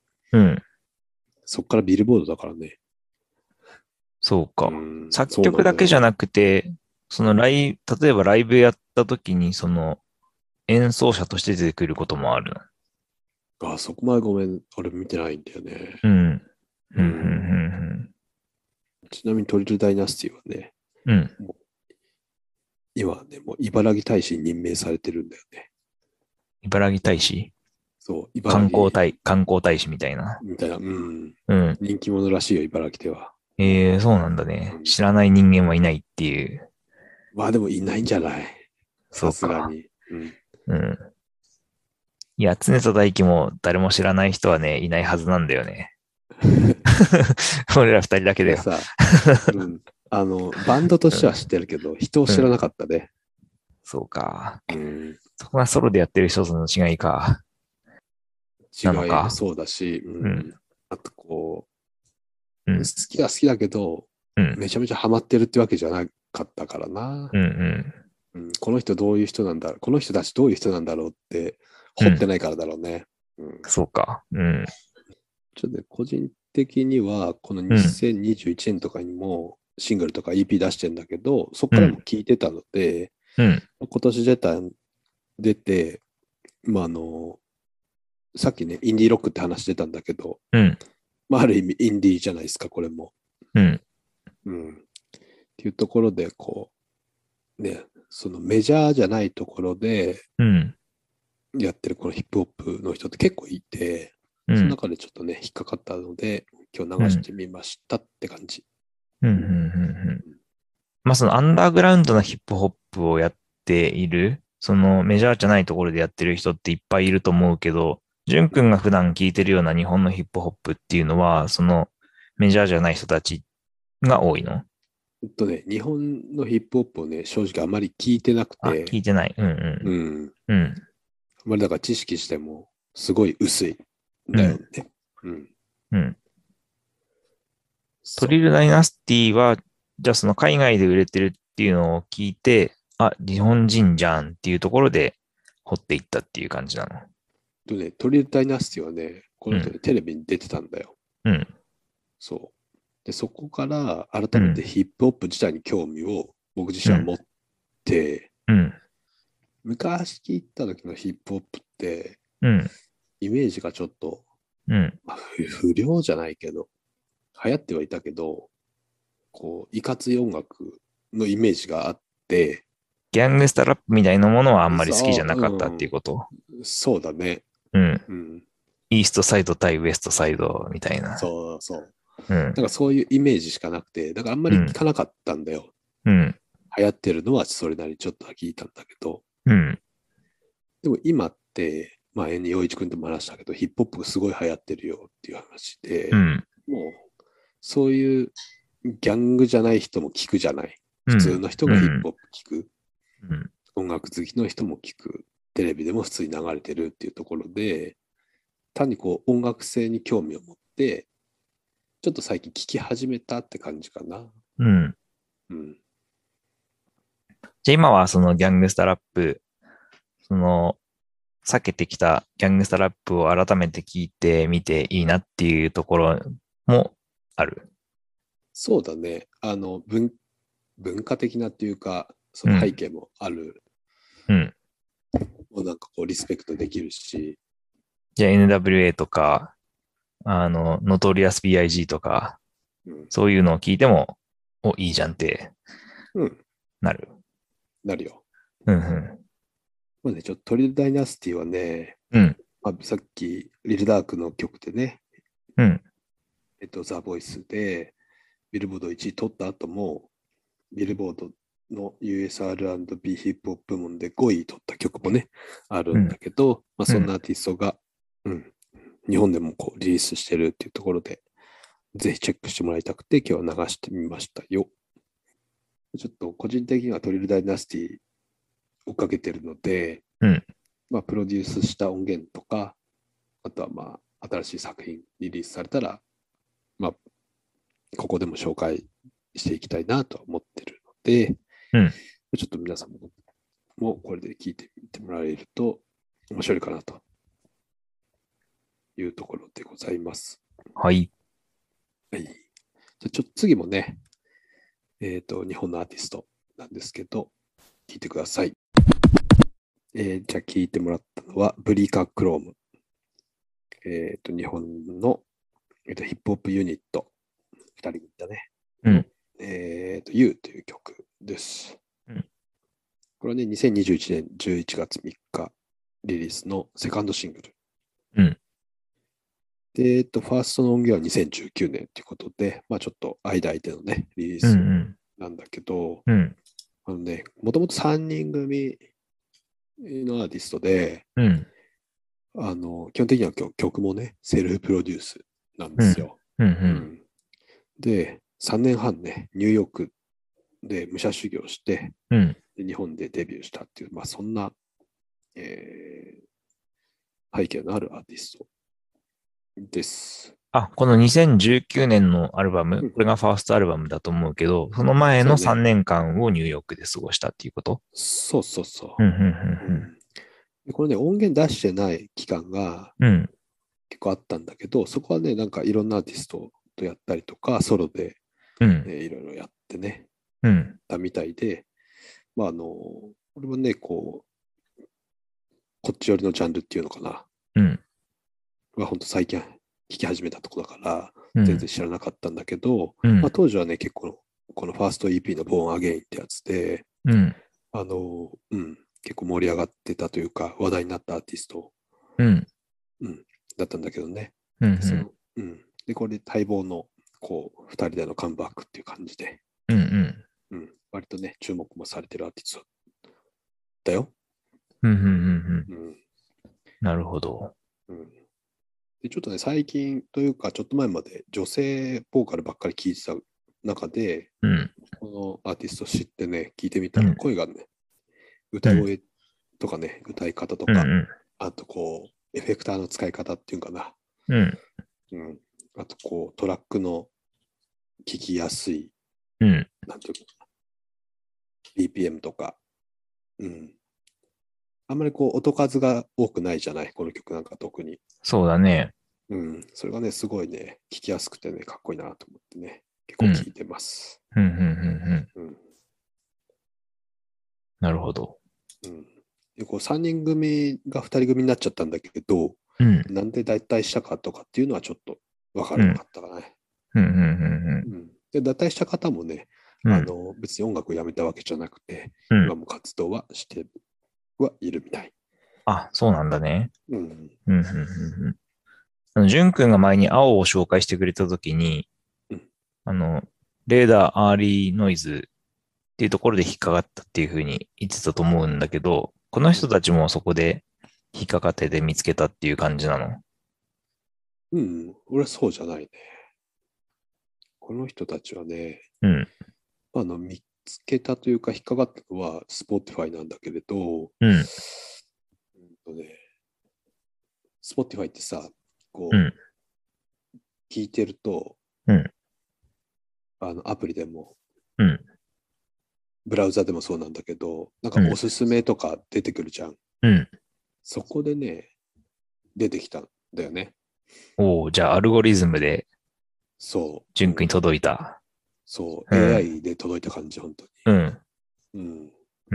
B: うん。
A: そこからビルボードだからね。
B: そうか。
A: うん、
B: 作
A: そうな
B: 曲だけじゃ
A: んだよ。
B: なくて、その例えばライブやった時に、その演奏者として出てくることもあるの？
A: あ、そこまでごめん、俺見てないんだよね。
B: うん。うん。う
A: うん。
B: ん。
A: ちなみにトリルダイナスティはね、
B: うん。うん。
A: もう今はね、もう茨城大使に任命されてるんだよね。
B: 茨城大使？
A: そう、茨城
B: 観光大使みたいな。
A: みたいな、うん。
B: うん。
A: 人気者らしいよ、茨城では。
B: そうなんだね。
A: うん、
B: 知らない人間はいないっていう。
A: まあでもいないんじゃない？さ
B: そうか。
A: すがに。うん。
B: うん。いや、常田大樹も誰も知らない人はね、いないはずなんだよね。俺ら二人だけだよ。
A: たださ、うん。バンドとしては知ってるけど、人を
B: うん。
A: 知らなかったね。
B: そうか。
A: うん。
B: そこがソロでやってる人との違いか。なの
A: 違いも
B: か。
A: そうだし、う
B: うん。
A: ん。あと好
B: うん。
A: きは好きだけど、
B: うん。
A: めちゃめちゃハマってるってわけじゃなかったからな。
B: うん。
A: うん、この人どういう人なんだろう、この人たちどういう人なんだろうって
B: うん。うん。
A: 掘ってないからだろうね。うん、
B: そうか。うん。
A: ちょっとね、個人的には、この
B: うん。
A: 2021年とかにもシングルとか EP 出してんだけど、そこからも
B: うん。
A: 聞いてたので、
B: うん。
A: 今年出て、まあさっきね、インディーロックって話してたんだけど、
B: うん。
A: まあ、ある意味インディーじゃないですか、これも。
B: うん。
A: うん。っていうところで、ね、そのメジャーじゃないところで
B: うん。
A: やってるこのヒップホップの人って結構いて、その
B: うん。
A: 中でちょっとね、引っかかったので、今日流し
B: うん。
A: てみましたって感じ。
B: うん。うん。まあそのアンダーグラウンドなヒップホップをやっている、そのメジャーじゃないところでやってる人っていっぱいいると思うけど、ジュン君が普段聞いてるような日本のヒップホップっていうのは、そのメジャーじゃない人たちが多いの？
A: 日本のヒップホップをね、正直あまり聞いてなく
B: あ、聞
A: て、
B: いてない。うん。
A: うん。
B: うん。
A: あまりだから知識してもすごい薄いん
B: うん。
A: だよね。うん。
B: うん。ト
A: そ
B: リルダイナスティは、じゃあその海外で売れてるっていうのを聞いて、あ、日本人じゃんっていうところで掘っていったっていう感じなの？
A: トリルダイナスティはね、こ
B: うん。
A: の人ね、テレビに出てたんだよ。
B: うん。
A: そう。で、そこから改めて
B: うん。
A: ヒップホップ自体に興味を僕自
B: うん。
A: 身は持って、
B: うん。
A: 昔聞いた時のヒップホップって
B: うん。
A: イメージがちょっと、
B: うん。
A: まあ不良じゃないけど、流行ってはいたけど、いかつい音楽のイメージがあって、
B: ギャングスタラップみたいなものはあんまり好きじゃなかったっていう
A: う
B: こと？
A: ん、そうだね。
B: うん。
A: うん、
B: イーストサイド対ウエストサイドみたいな。
A: そうそう。
B: うん。
A: なんかそういうイメージしかなくて、だからあんま
B: うん。
A: り聞かなかったんだよ。
B: うん。
A: 流行ってるのはそれなりにちょっとは聞いたんだけど、
B: うん。
A: でも今って、前に陽一君とも話したけど、ヒップホップがすごい流行ってるよっていう話で、
B: うん。
A: もう、そういうギャングじゃない人も聞くじゃない。普通
B: うん。
A: の人
B: うん。
A: がヒップホップ聞く。
B: うん。
A: 音楽好きの人も聞く。テレビでも普通に流れてるっていうところで、単に音楽性に興味を持って、ちょっと最近聞き始めたって感じかな。
B: うん。
A: うん。
B: じゃあ今はそのギャングスタラップ、その避けてきたギャングスタラップを改めて聞いてみていいなっていうところもある？
A: そうだね。文化的なっていうか、そ
B: うん。
A: の背景もある。
B: うん。
A: もうなんかリスペクトできるし、
B: じゃあ NWA とか、ノトリアス BIG とか、
A: うん。
B: そういうのを聞いても、いいじゃんって
A: うん。
B: なる。
A: なるよ。
B: うん。
A: まあね、ちょっとトリルダイナスティはね、
B: うん。
A: さっき、リルダークの曲でね、
B: うん。
A: ザ・ボイスで、ビルボード1位取った後も、ビルボードの USR&B ヒップホップ部門で5位取った曲もね、あるんだけど、そんなアーティストが、日本でもこうリリースしてるっていうところで、ぜひチェックしてもらいたくて、今日は流してみましたよ。ちょっと個人的にはトリルダイナスティ追っかけてるので、プロデュースした音源とか、あとは新しい作品リリースされたら、ここでも紹介していきたいなと思ってるので、ちょっと皆さんもこれで聞いてみてもらえると面白いかなというところでございます。
B: はい。
A: はい。じゃあちょっと次もね、日本のアーティストなんですけど、聞いてください。じゃあ聞いてもらったのは、ブリーカークローム。日本の、ヒップホップユニット、2人組だね。You という曲です。これはね、2021年11月3日リリースのセカンドシングル。で、ファーストの音源は2019年ということで、ちょっと間でのね、リリースなんだけど、もともと3人組のアーティストで、基本的には曲もね、セルフプロデュースなんですよ。で、3年半ね、ニューヨークで武者修行して、で日本でデビューしたっていう、そんな、背景のあるアーティストです。
B: この2019年のアルバム、これがファーストアルバムだと思うけど、その前の3年間をニューヨークで過ごしたっていうこと？
A: そうそうそう。これね、音源出してない期間が結構あったんだけど、そこはね、なんかいろんなアーティストとやったりとか、ソロで、いろいろやってね、たみたいで、俺もね、こっち寄りのジャンルっていうのかな。本当最近聴き始めたとこだから、全然知らなかったんだけど、当時はね、結構、このファースト EP のボーンアゲインってやつで、結構盛り上がってたというか、話題になったアーティスト、だったんだけどね。で、これで待望の、2人でのカムバックっていう感じで、割とね、注目もされてるアーティストだよ。
B: なるほど。
A: で、ちょっとね、最近というか、ちょっと前まで女性ボーカルばっかり聴いてた中で、このアーティスト知ってね、聞いてみたら、声がね、歌声とかね、歌い方とか、あとエフェクターの使い方っていうかな。あとトラックの聴きやすい、なんていうか、BPM とか、あんまり音数が多くないじゃない、この曲なんか特に。
B: そうだね。
A: それがね、すごいね、聴きやすくてね、かっこいいなと思ってね、結構聴いてます。
B: なるほど。
A: で3人組が2人組になっちゃったんだけど、なんで脱退したかとかっていうのはちょっと分からなかったかね。で、脱退した方もね、別に音楽をやめたわけじゃなくて、今も活動はしてはいるみたい。
B: そうなんだね。淳くんが前に青を紹介してくれたときに、レーダーアーリーノイズっていうところで引っかかったっていうふうに言ってたと思うんだけど、この人たちもそこで引っかかってで見つけたっていう感じなの？
A: 俺はそうじゃないね。この人たちはね、見つけたというか引っかかったのは Spotify なんだけれど、Spotify ってさ、聞いてると、アプリでも、ブラウザでもそうなんだけど、なんかおすすめとか出てくるじゃん。そこでね、出てきたんだよね。
B: じゃあアルゴリズムで、
A: そう。
B: 淳くんに届いた。
A: そう。AI で届いた感じ、本当に。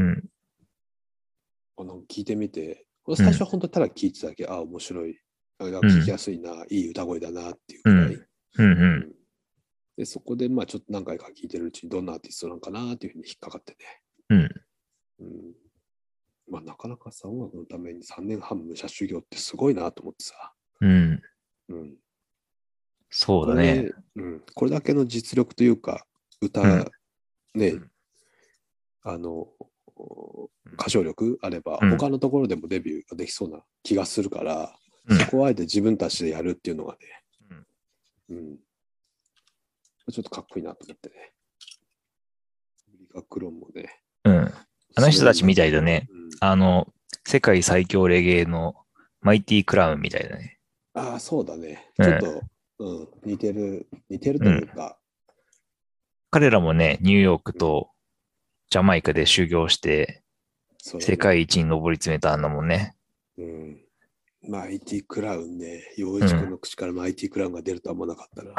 A: 聞いてみて、最初は本当ただ聞いてただけ、面白い。聞きやすいな、いい歌声だなっていうくらい。で、そこで、ちょっと何回か聞いてるうちにどんなアーティストなのかなっていうふうに引っかかってね。 まあ、なかなかさ、音楽のために3年半武者修行ってすごいなと思ってさ。
B: うん。
A: うん。
B: そうだね。
A: これで、これだけの実力というか、歌、
B: うん。
A: ね、あの、歌唱力あれば、
B: うん。
A: 他のところでもデビューができそうな気がするから、
B: うん
A: そこをあえて自分たちでやるっていうのがね、
B: うん
A: ちょっとかっこいいなと思ってね。リカ・クロンもね、
B: うん。あの人たちみたいだね。
A: うん、
B: 世界最強レゲエのマイティクラウンみたいだね。
A: ああ、そうだね。
B: うん。
A: ちょっと、似てるとい
B: うん。
A: うか、
B: 彼らもね、ニューヨークとジャマイカで修行して、世
A: そうだね。
B: 界一に上り詰めたんだもんね。
A: うん。マイティクラウンね、陽
B: うん。
A: 一君の口からマイティクラウンが出るとは思わなかったな。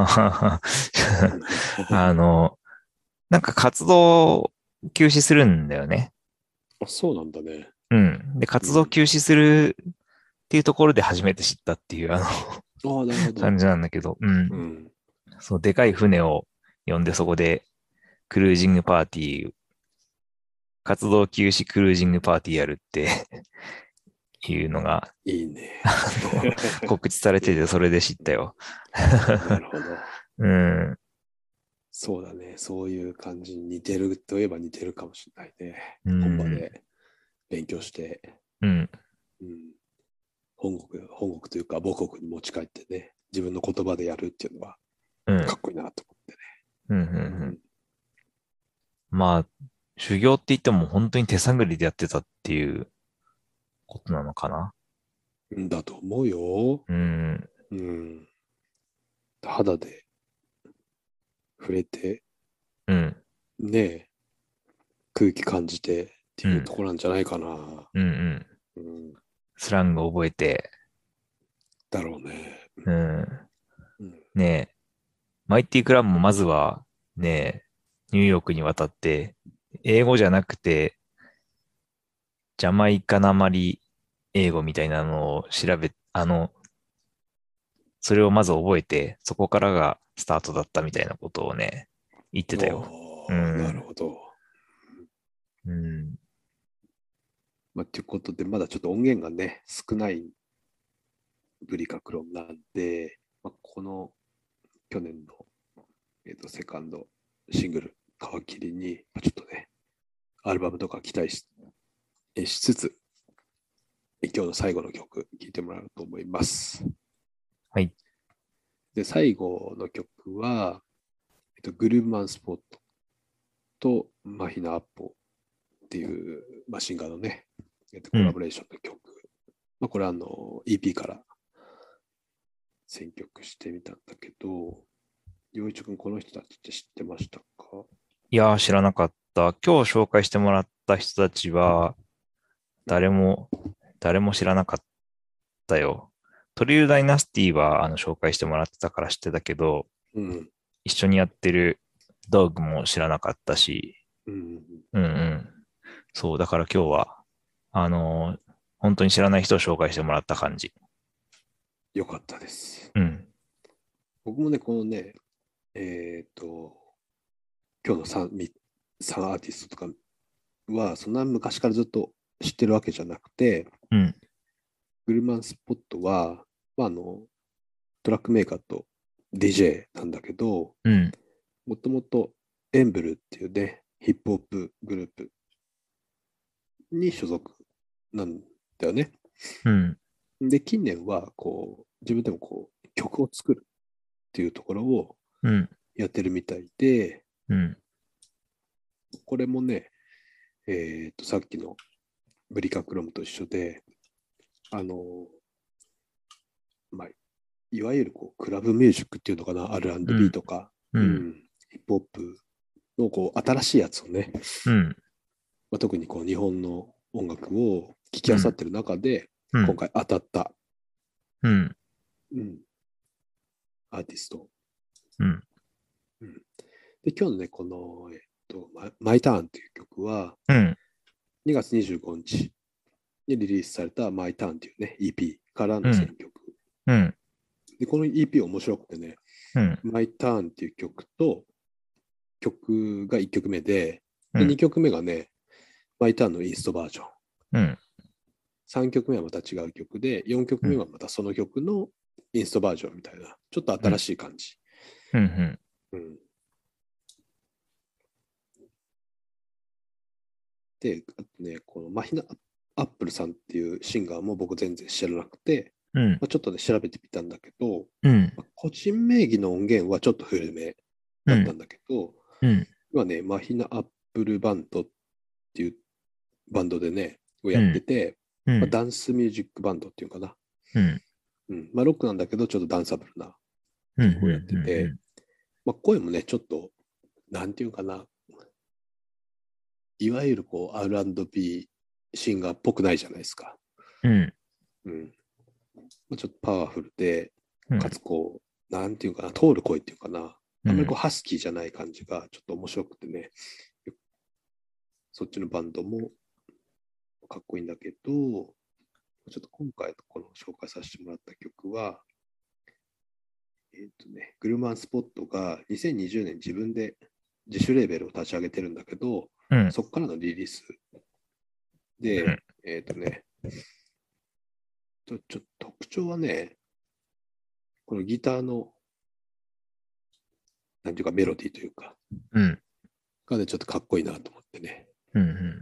B: あの、なんか活動休止するんだよね。
A: あ、そうなんだね。
B: うん。で、活動
A: うん。
B: 休止するっていうところで初めて知ったっていう、
A: ああ、なるほど。
B: 感じなんだけど、うん。
A: うん。
B: そう、でかい船を呼んでそこでクルージングパーティー、活動休止クルージングパーティーやるっていうのが、
A: いいね。
B: 告知されてて、それで知ったよ。
A: なるほど。
B: うん。
A: そうだね。そういう感じに似てるといえば似てるかもしれないね。
B: うん。
A: 本場で勉強して、
B: うん。
A: うん、本国というか母国に持ち帰ってね、自分の言葉でやるっていうのは
B: うん。
A: かっこいいなと思って
B: うん。うん。う
A: ね。
B: ん。まあ、修行って言っても本当に手探りでやってたっていうことなのかな。
A: うん、だと思うよ。
B: うん。
A: うん。肌で触れて、
B: うん。
A: ね、空気感じてっていう
B: うん。
A: ところなんじゃないかな。
B: うん。うん。
A: うん、
B: スラング覚えて、
A: だろうね。
B: うん。
A: うん、
B: ねえ、マイティクラブもまずは、ねえ、ニューヨークに渡って、英語じゃなくて、ジャマイカなまり英語みたいなのを調べ、それをまず覚えて、そこからがスタートだったみたいなことをね、言ってたよ。う
A: おー、なる
B: ん。
A: ほど。
B: うん。
A: まあ、ということで、まだちょっと音源がね、少ないブリカクロンなんで、まあ、この去年の、セカンドシングル、皮切りに、ちょっとね、アルバムとか期待しつつ、今日の最後の曲、聴いてもらうと思います。
B: はい。
A: で、最後の曲は、グルーヴマンスポットとマヒナアッポっていう、シンガーのね、
B: うん。
A: コラボレーションの曲。これEP から選曲してみたんだけど、洋一君この人たちって知ってましたか？
B: いやー、知らなかった。今日紹介してもらった人たちは、誰も、誰も知らなかったよ。トリルダイナスティは、紹介してもらってたから知ってたけど、
A: うん。
B: 一緒にやってるドッグも知らなかったし、
A: うん。
B: うんうん。そう、だから今日は、本当に知らない人を紹介してもらった感じ。
A: よかったです。
B: うん。
A: 僕もね、このね、今日の3アーティストとかは、そんな昔からずっと知ってるわけじゃなくて、
B: うん。
A: グルマンスポットは、トラックメーカーと DJ なんだけど、
B: うん。
A: もともとエンブルっていうね、ヒップホップグループに所属なんだよね。
B: うん。
A: で、近年は、自分でも曲を作るっていうところを
B: うん。
A: やってるみたいで、
B: うん。
A: これもね、さっきのブリカクロムと一緒で、あの、まあ、いわゆるクラブミュージックっていうのかな、
B: う
A: R&B
B: ん。
A: とか、
B: うん。
A: ヒップホップの新しいやつをね、
B: うん。
A: 特に日本の音楽を聴き
B: うん。
A: 漁ってる中で、
B: うん。
A: 今回当たった、
B: うん。
A: うん、アーティスト。
B: うん。
A: うん、で、今日のね、マイターンっていう曲は、
B: うん。
A: 2月25日にリリースされたマイターンっていうね、EP から
B: うん。
A: の選曲。
B: うん。
A: で、この EP 面白くてね、
B: うん。
A: マイターンっていう曲が1曲目で、
B: うん。
A: 2曲目がね、マイターンのイーストバージョン。
B: うん。
A: 3曲目はまた違う曲で、4曲目はまたその曲のインストバージョンみたいな、ちょっと新しい感じ。
B: うん。
A: うん。で、あとね、このマヒナ・アップルさんっていうシンガーも僕全然知らなくて、
B: うん。
A: ちょっとね、調べてみたんだけど、
B: うん。
A: 個人名義の音源はちょっと古めだったんだけど、
B: うん。
A: 今ね、マヒナ・アップルバンドっていうバンドでね、をやって
B: うん。
A: て、
B: うん。
A: ダンスミュージックバンドっていうかな。
B: うん。
A: うん。ロックなんだけど、ちょっとダンサブルな
B: うん。
A: 曲をやって
B: う
A: て、
B: ん。
A: 声もね、ちょっと、なんていうかな、いわゆるこう R&B シンガーっぽくないじゃないですか。
B: うん。
A: うん。ちょっとパワフルで、
B: うん。
A: かつこう、なんていうかな、通る声っていうかな、
B: うん。
A: あんまりこうハスキーじゃない感じがちょっと面白くてね、そっちのバンドもかっこいいんだけど、ちょっと今回この紹介させてもらった曲は、グルマンスポットが2020年自分で自主レーベルを立ち上げてるんだけど、
B: うん。
A: そこからのリリースで、特徴はね、このギターの、なんていうかメロディーというか、
B: うん。
A: がね、ちょっとかっこいいなと思ってね。
B: うん。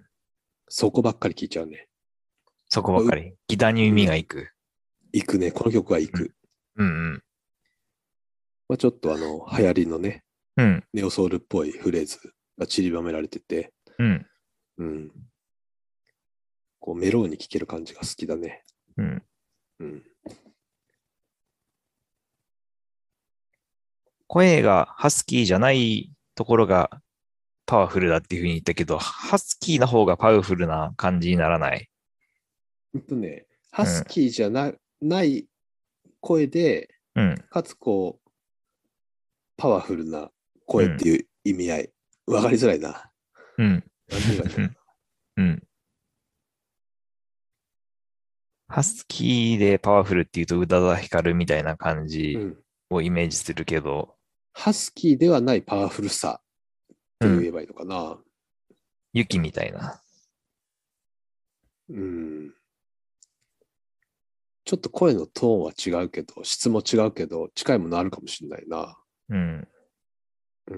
A: そこばっかり聴いちゃうね。
B: そこばかり。ギターに耳がいく。
A: 行くね。この曲は行く。
B: うん。
A: ちょっと流行りのね、
B: うん。
A: ネオソウルっぽいフレーズが散りばめられてて、
B: うん。
A: うん。こうメローに聴ける感じが好きだね。
B: うん。
A: うん。
B: 声がハスキーじゃないところがパワフルだっていうふうに言ったけど、ハスキーな方がパワフルな感じにならない。
A: ハスキーじゃない声で、
B: うん。
A: かつこう、パワフルな声っていう意味合い。わかりづらいな。
B: うん。
A: なんていうかね。
B: うん。ハスキーでパワフルっていうと宇多田ヒカルみたいな感じ
A: うん。
B: をイメージするけど、
A: ハスキーではないパワフルさって言えばいいのかな。
B: ユキみたいな。
A: うん。ちょっと声のトーンは違うけど、質も違うけど、近いものあるかもしれないな。
B: うん。
A: うん。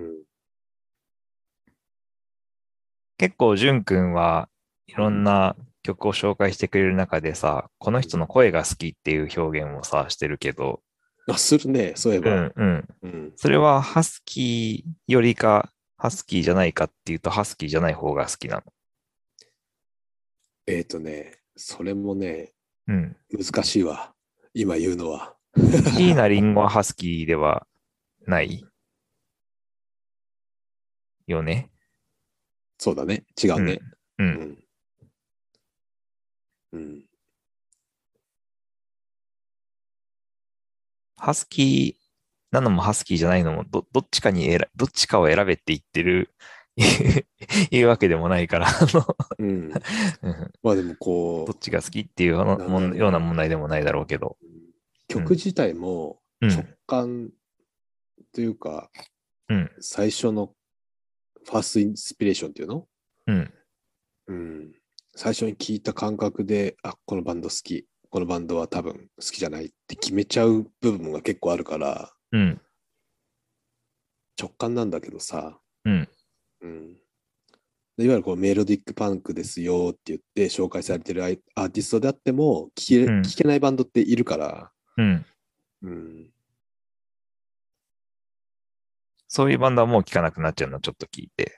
B: 結構、ジュン君はいろんな曲を紹介してくれる中でさ、この人の声が好きっていう表現をさ、してるけど、
A: するね、そういえば。
B: うんうん。
A: うん。
B: それはハスキーよりか、ハスキーじゃないかっていうと、ハスキーじゃない方が好きなの。
A: それもね、
B: うん。
A: 難しいわ。今言うのは。
B: 椎名林檎はハスキーではないよね。
A: そうだね。違う
B: うん。
A: ね。
B: うん。
A: うん。うん。
B: ハスキーなのもハスキーじゃないのも、どっちかどっちかを選べって言ってるいうわけでもないから
A: うん。
B: うん
A: でもこ
B: どっちが好きっていう
A: う、なんだろうな。
B: ような問題でもないだろうけど。うん。
A: 曲自体も直
B: うん。
A: 感というか、
B: うん。
A: 最初のファーストインスピレーションっていうの。
B: うん。
A: うん。最初に聞いた感覚で、このバンド好き。このバンドは多分好きじゃないって決めちゃう部分が結構あるから、
B: うん。
A: 直感なんだけどさ、
B: うん。
A: うん。いわゆるこうメロディックパンクですよって言って紹介されてるアーティストであっても
B: うん。
A: 聞けないバンドっているから、
B: うん。
A: うん、
B: そういうバンドはもう聞かなくなっちゃうの、ちょっと聞いて。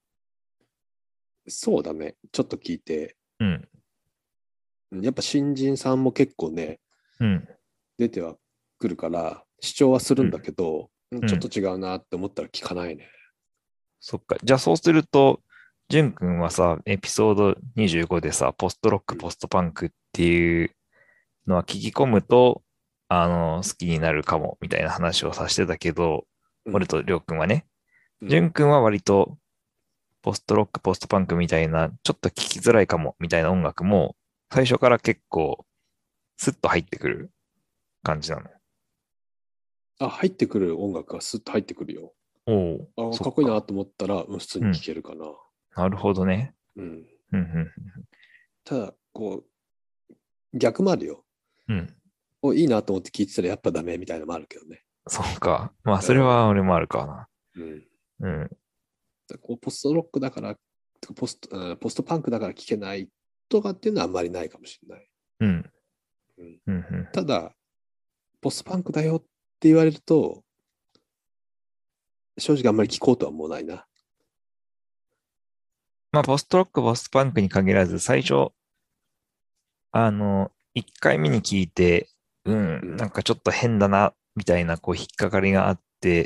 A: そうだね。ちょっと聞いて、
B: うん。
A: やっぱ新人さんも結構ね、
B: うん。
A: 出てはくるから、視聴はするんだけど、ちょっと
B: うん。
A: 違うなって思ったら聞かないね。
B: そっか。じゃあそうすると、ジュン君はさ、エピソード25でさ、ポストロック、
A: うん、
B: ポストパンクっていうのは聞き込むと、好きになるかも、みたいな話をさせてたけど、
A: うん、
B: 俺とりょうくんはね、
A: うん。
B: ジュン君は割と、ポストロック、ポストパンクみたいな、ちょっと聞きづらいかも、みたいな音楽も、最初から結構、スッと入ってくる感じなの。
A: 入ってくる音楽がスッと入ってくるよ。
B: おお、そ
A: かっこいいな
B: っか。
A: と思ったら、普通に
B: うん。
A: 聴けるかな。
B: なるほどね。
A: うん。
B: うん、うん、
A: ただ、 こう、逆もあるよ。
B: うん。
A: いいなと思って聞いてたらやっぱダメみたいなのもあるけどね。
B: そうか。まあ、それは俺もあるかな。
A: うん。
B: うん。
A: こうポストロックだから、ポストパンクだから聞けないとかっていうのはあんまりないかもしれない。
B: うん。
A: うん、
B: うん。うん。
A: ただ、ポストパンクだよって言われると、正直あんまり聞こうとは思わないな。
B: まあ、ポストロック、ポストパンクに限らず、最初、一回目に聞いて、なんかちょっと変だな、みたいな、こう、引っかかりがあって、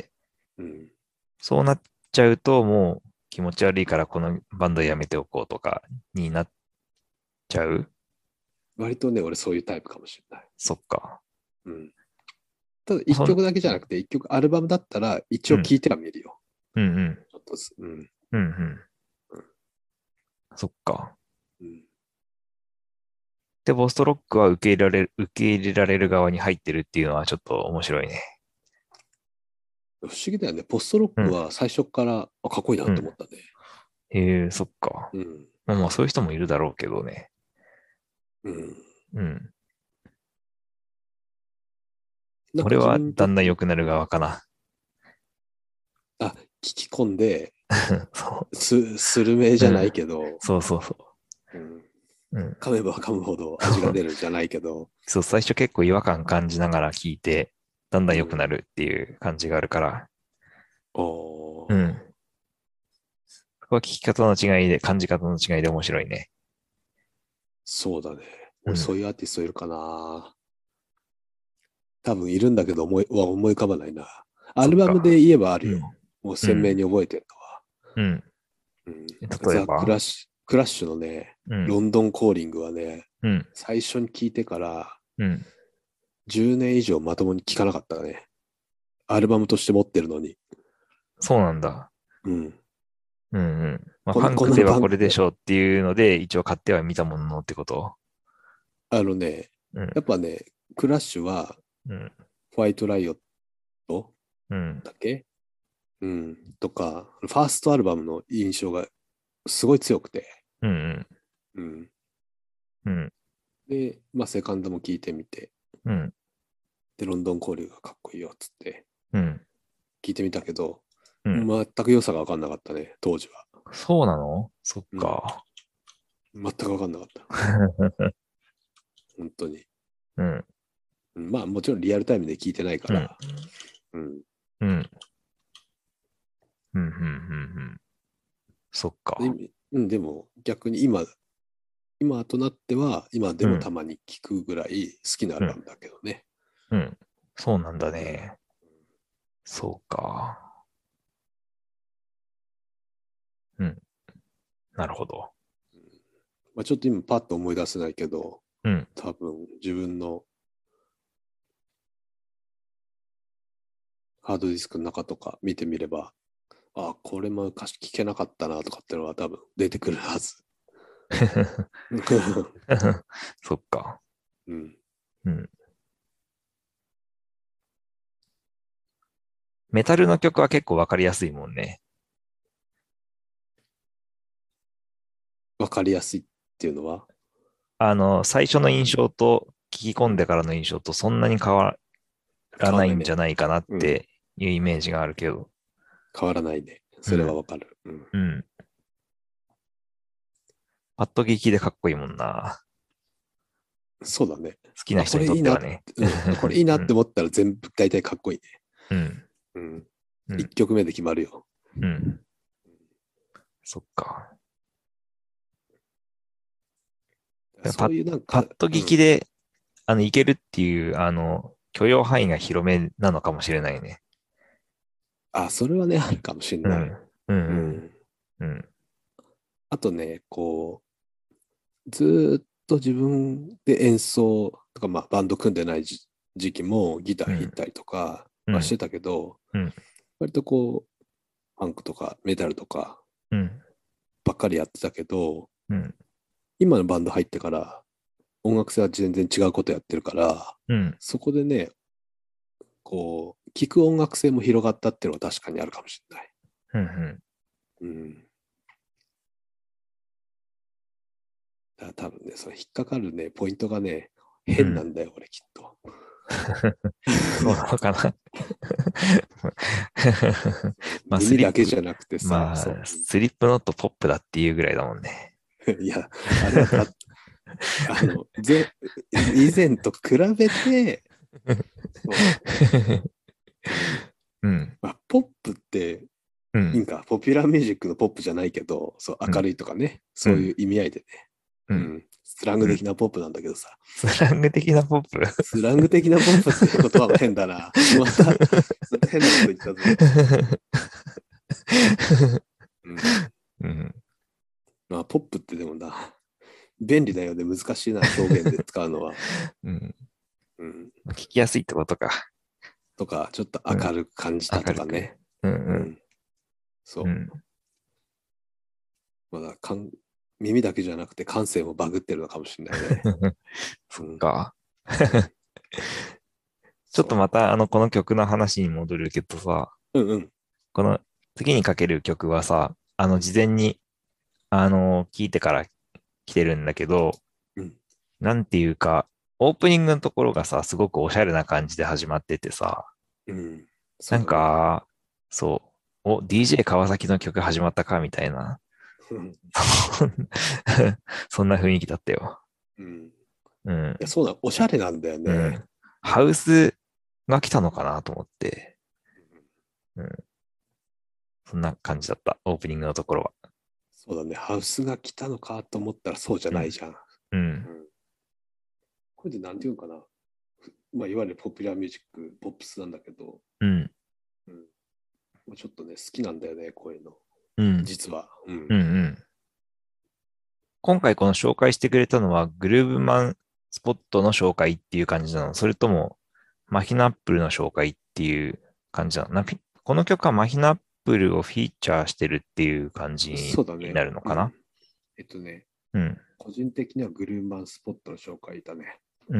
A: うん、
B: そうなっちゃうと、もう気持ち悪いからこのバンドやめておこうとかになっちゃう。
A: 割とね、俺そういうタイプかもしれない。
B: そっか。
A: うん、ただ、一曲だけじゃなくて、一曲アルバムだったら、一応聞いてはみるよ。
B: うんうん。
A: ちょっとずつ。うん。
B: うんうん。そっか。
A: うん
B: で、ポストロックは受け入れられる側に入ってるっていうのはちょっと面白いね。
A: 不思議だよね。ポストロック
B: うん。
A: は最初からかっこいいな
B: うん。
A: って思ったね。
B: へえ、そっか。
A: うん。
B: まあまあ、そういう人もいるだろうけどね。
A: うん。
B: うん。
A: なんか
B: 俺は
A: 自分にとって、
B: だんだん良くなる側かな。
A: 聞き込んで、
B: そ
A: スルメじ
B: う。
A: ゃ
B: うん。
A: ないけど、
B: そうそうそ
A: うん、
B: う。うん。
A: 噛めば噛むほど味が出るじゃないけど、
B: そう、最初結構違和感感じながら聞いて、だんだん良くな
A: うん。
B: るっていう感じがあるから。
A: おー、
B: うん。ここは聞き方の違いで、感じ方の違いで面白いね。
A: そうだね。
B: うん。
A: 俺そういうアーティストいるかな。多分いるんだけど思い浮かばないな。ア
B: そっ
A: ルバムで
B: か。
A: 言えばあるよ。
B: うん。
A: もう鮮明
B: うん。
A: に覚えてる
B: うん。
A: のは。うん、
B: 例えば
A: クラッシュのね、
B: うん。
A: ロンドンコーリングはね、
B: うん。
A: 最初に聞いてから
B: うん。
A: 10年以上まともに聞かなかったね。アルバムとして持ってるのに。
B: そうなんだ。
A: うん。
B: うんうん。まあ、パン
A: こ
B: クではこ
A: の番、
B: れでしょうっていうので、一応買っては見たもののってこと。
A: あのね、
B: うん。
A: やっぱね、クラッシュは
B: うん。
A: ホワイトライオット
B: うん。
A: だっけ、うん、とか、ファーストアルバムの印象がすごい強くて、
B: うん。
A: うん。
B: うん。
A: で、まあ、セカンドも聞いてみて、
B: うん。
A: で、ロンドン交流がかっこいいよっつって
B: うん。
A: 聞いてみたけど、
B: うん。
A: 全く良さが分かんなかったね、当時は。
B: そうなの？そっ
A: うん。
B: か。
A: 全く分かんなかった。本当に。
B: うん。
A: うん、まあ、もちろんリアルタイムで聞いてないか
B: うん。
A: ら、うん。
B: うん。うん。うん。うん。うん。そっか。
A: うん、でも逆に今となっては、今で
B: うん。
A: もたまに聞くぐらい好きなア
B: うん。
A: ルバムだけどね。
B: うん。そうなんだ
A: うん。
B: ね。そうか。うん。なるほど。
A: まあ、ちょっと今パッと思い出せないけど、
B: うん。
A: 多分自分のハードディスクの中とか見てみれば、これも昔聞けなかったなとかっていうのは多分出てくるはず。
B: そっか。
A: うん、
B: うん。メタルの曲は結構わかりやすいもんね。
A: わかりやすいっていうのは、
B: 最初の印象と聞き込んでからの印象とそんなに変わらないんじ
A: 変わんないね。
B: ゃないかなっ
A: うん、
B: ていうイメージがあるけど。
A: 変わらないね。それは
B: うん。
A: わかる。うん、
B: うん。パッと聞きでかっこいいもんな。
A: そうだね。
B: 好きな人に
A: これいいな、
B: とってはね。
A: うん、これいいなって
B: うん。
A: 思ったら全部大体かっこいいね。
B: うん。
A: うん。一
B: うん。
A: 曲目で決まるよ。
B: うん。そっか。
A: そういうなんか、
B: パッと
A: うん。
B: 聞きで、いけるっていう、許容範囲が広めなのかもしれないね。
A: それはね、あるかもしんない。
B: うん。うん。
A: うん。
B: うん。
A: あとね、こう、ずーっと自分で演奏とか、まあ、バンド組んでない時期もギター
B: うん。
A: 弾いたりとか
B: うん。
A: はしてたけど、
B: うん。
A: 割とこう、パンクとかメタルとか
B: うん。
A: ばっかりやってたけど、
B: うん。
A: 今のバンド入ってから音楽性は全然違うことやってるから、
B: うん。
A: そこでね、こう、聴く音楽性も広がったっていうのは確かにあるかもしれない。
B: うん。
A: うん。 だから多分ね、それ引っかかるね、ポイントがね、変なんだよ、俺きっと。
B: そうなのかな。まあ、
A: 耳だけじゃなくてさ、
B: まあ、スリップノットポップだっていうぐらいだもんね。
A: いや、あれは以前と比べて、
B: うん。
A: まあ、ポップって、いいんか、ポピュラーミュージックのポップじゃないけど、そう明るいとかね、そういう意味合いでね、スラング的なポップなんだけどさ。
B: スラング的なポップ
A: スラング的なポップって言葉も変だな。また変なこと言ったぞ。まあ、ポップってでもな、便利なようで難しいな、表現で使うのは。
B: 聞きやすいってことか。
A: とか、ちょっと明るく感じたとかね。そう。まだ耳だけじゃなくて感性もバグってるのかもしれないね。
B: そっか。ちょっとまたこの曲の話に戻るけどさ、この次にかける曲はさ、事前に聞いてから来てるんだけど、なんていうか、オープニングのところがさ、すごくおしゃれな感じで始まっててさ、なんか、そう、DJ 川崎の曲始まったかみたいな、そんな雰囲気だったよ。
A: いやそうだ、おしゃれなんだよね。
B: ハウスが来たのかなと思って、そんな感じだった、オープニングのところは。
A: そうだね、ハウスが来たのかと思ったらそうじゃないじゃん。これで何て言うのかな。まあ、いわゆるポピュラーミュージック、ポップスなんだけど、ちょっとね、好きなんだよね、こういうの。実は。
B: 今回この紹介してくれたのは、グルーブマンスポットの紹介っていう感じなの？それとも、マヒナップルの紹介っていう感じなの？この曲はマヒナップルをフィーチャーしてるっていう感じになるのかな？
A: 個人的にはグルーブマンスポットの紹介だね。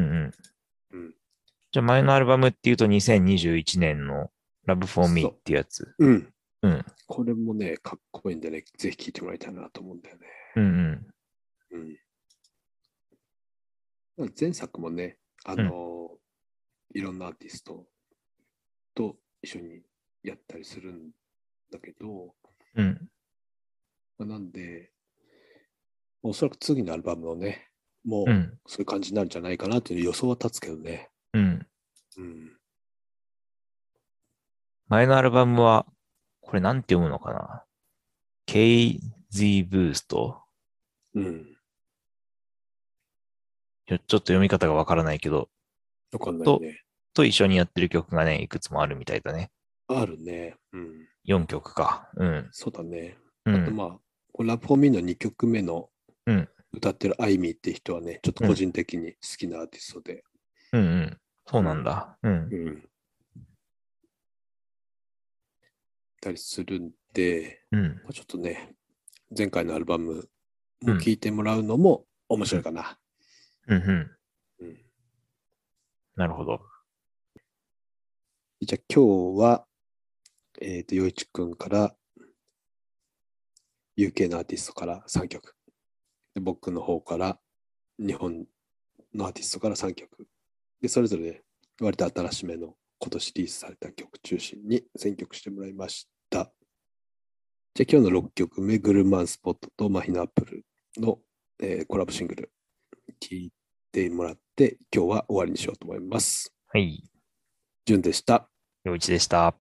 B: じゃあ前のアルバムっていうと2021年の Love for Me っていうやつ。
A: これもね、かっこいいんでね、ぜひ聴いてもらいたいなと思うんだよね。前作もね、いろんなアーティストと一緒にやったりするんだけど、なんで、おそらく次のアルバムのね、もうそういう感じになるんじゃないかなという予想は立つけどね。
B: 前のアルバムは、これなんて読むのかな？ KZ Boost？ちょっと読み方がわからないけど、
A: わかんないね。
B: と一緒にやってる曲がね、いくつもあるみたいだね。
A: あるね。
B: 4曲か。
A: そうだね。あとまあ、これラブフォーミーの2曲目の歌ってるアイミーって人はね、ちょっと個人的に好きなアーティストで。
B: そうなんだ。
A: たりするんで、ちょっとね、前回のアルバムも聴いてもらうのも面白いかな。
B: なるほど。
A: じゃあ今日は、陽一くんから UK のアーティストから3曲。で僕の方から日本のアーティストから3曲。で、それぞれ割と新しめの今年リリースされた曲中心に選曲してもらいました。じゃあ今日の6曲目、グルマンスポットとマヒナアップルの、コラボシングル聴いてもらって今日は終わりにしようと思います。
B: はい。
A: 順でした。
B: 陽一でした。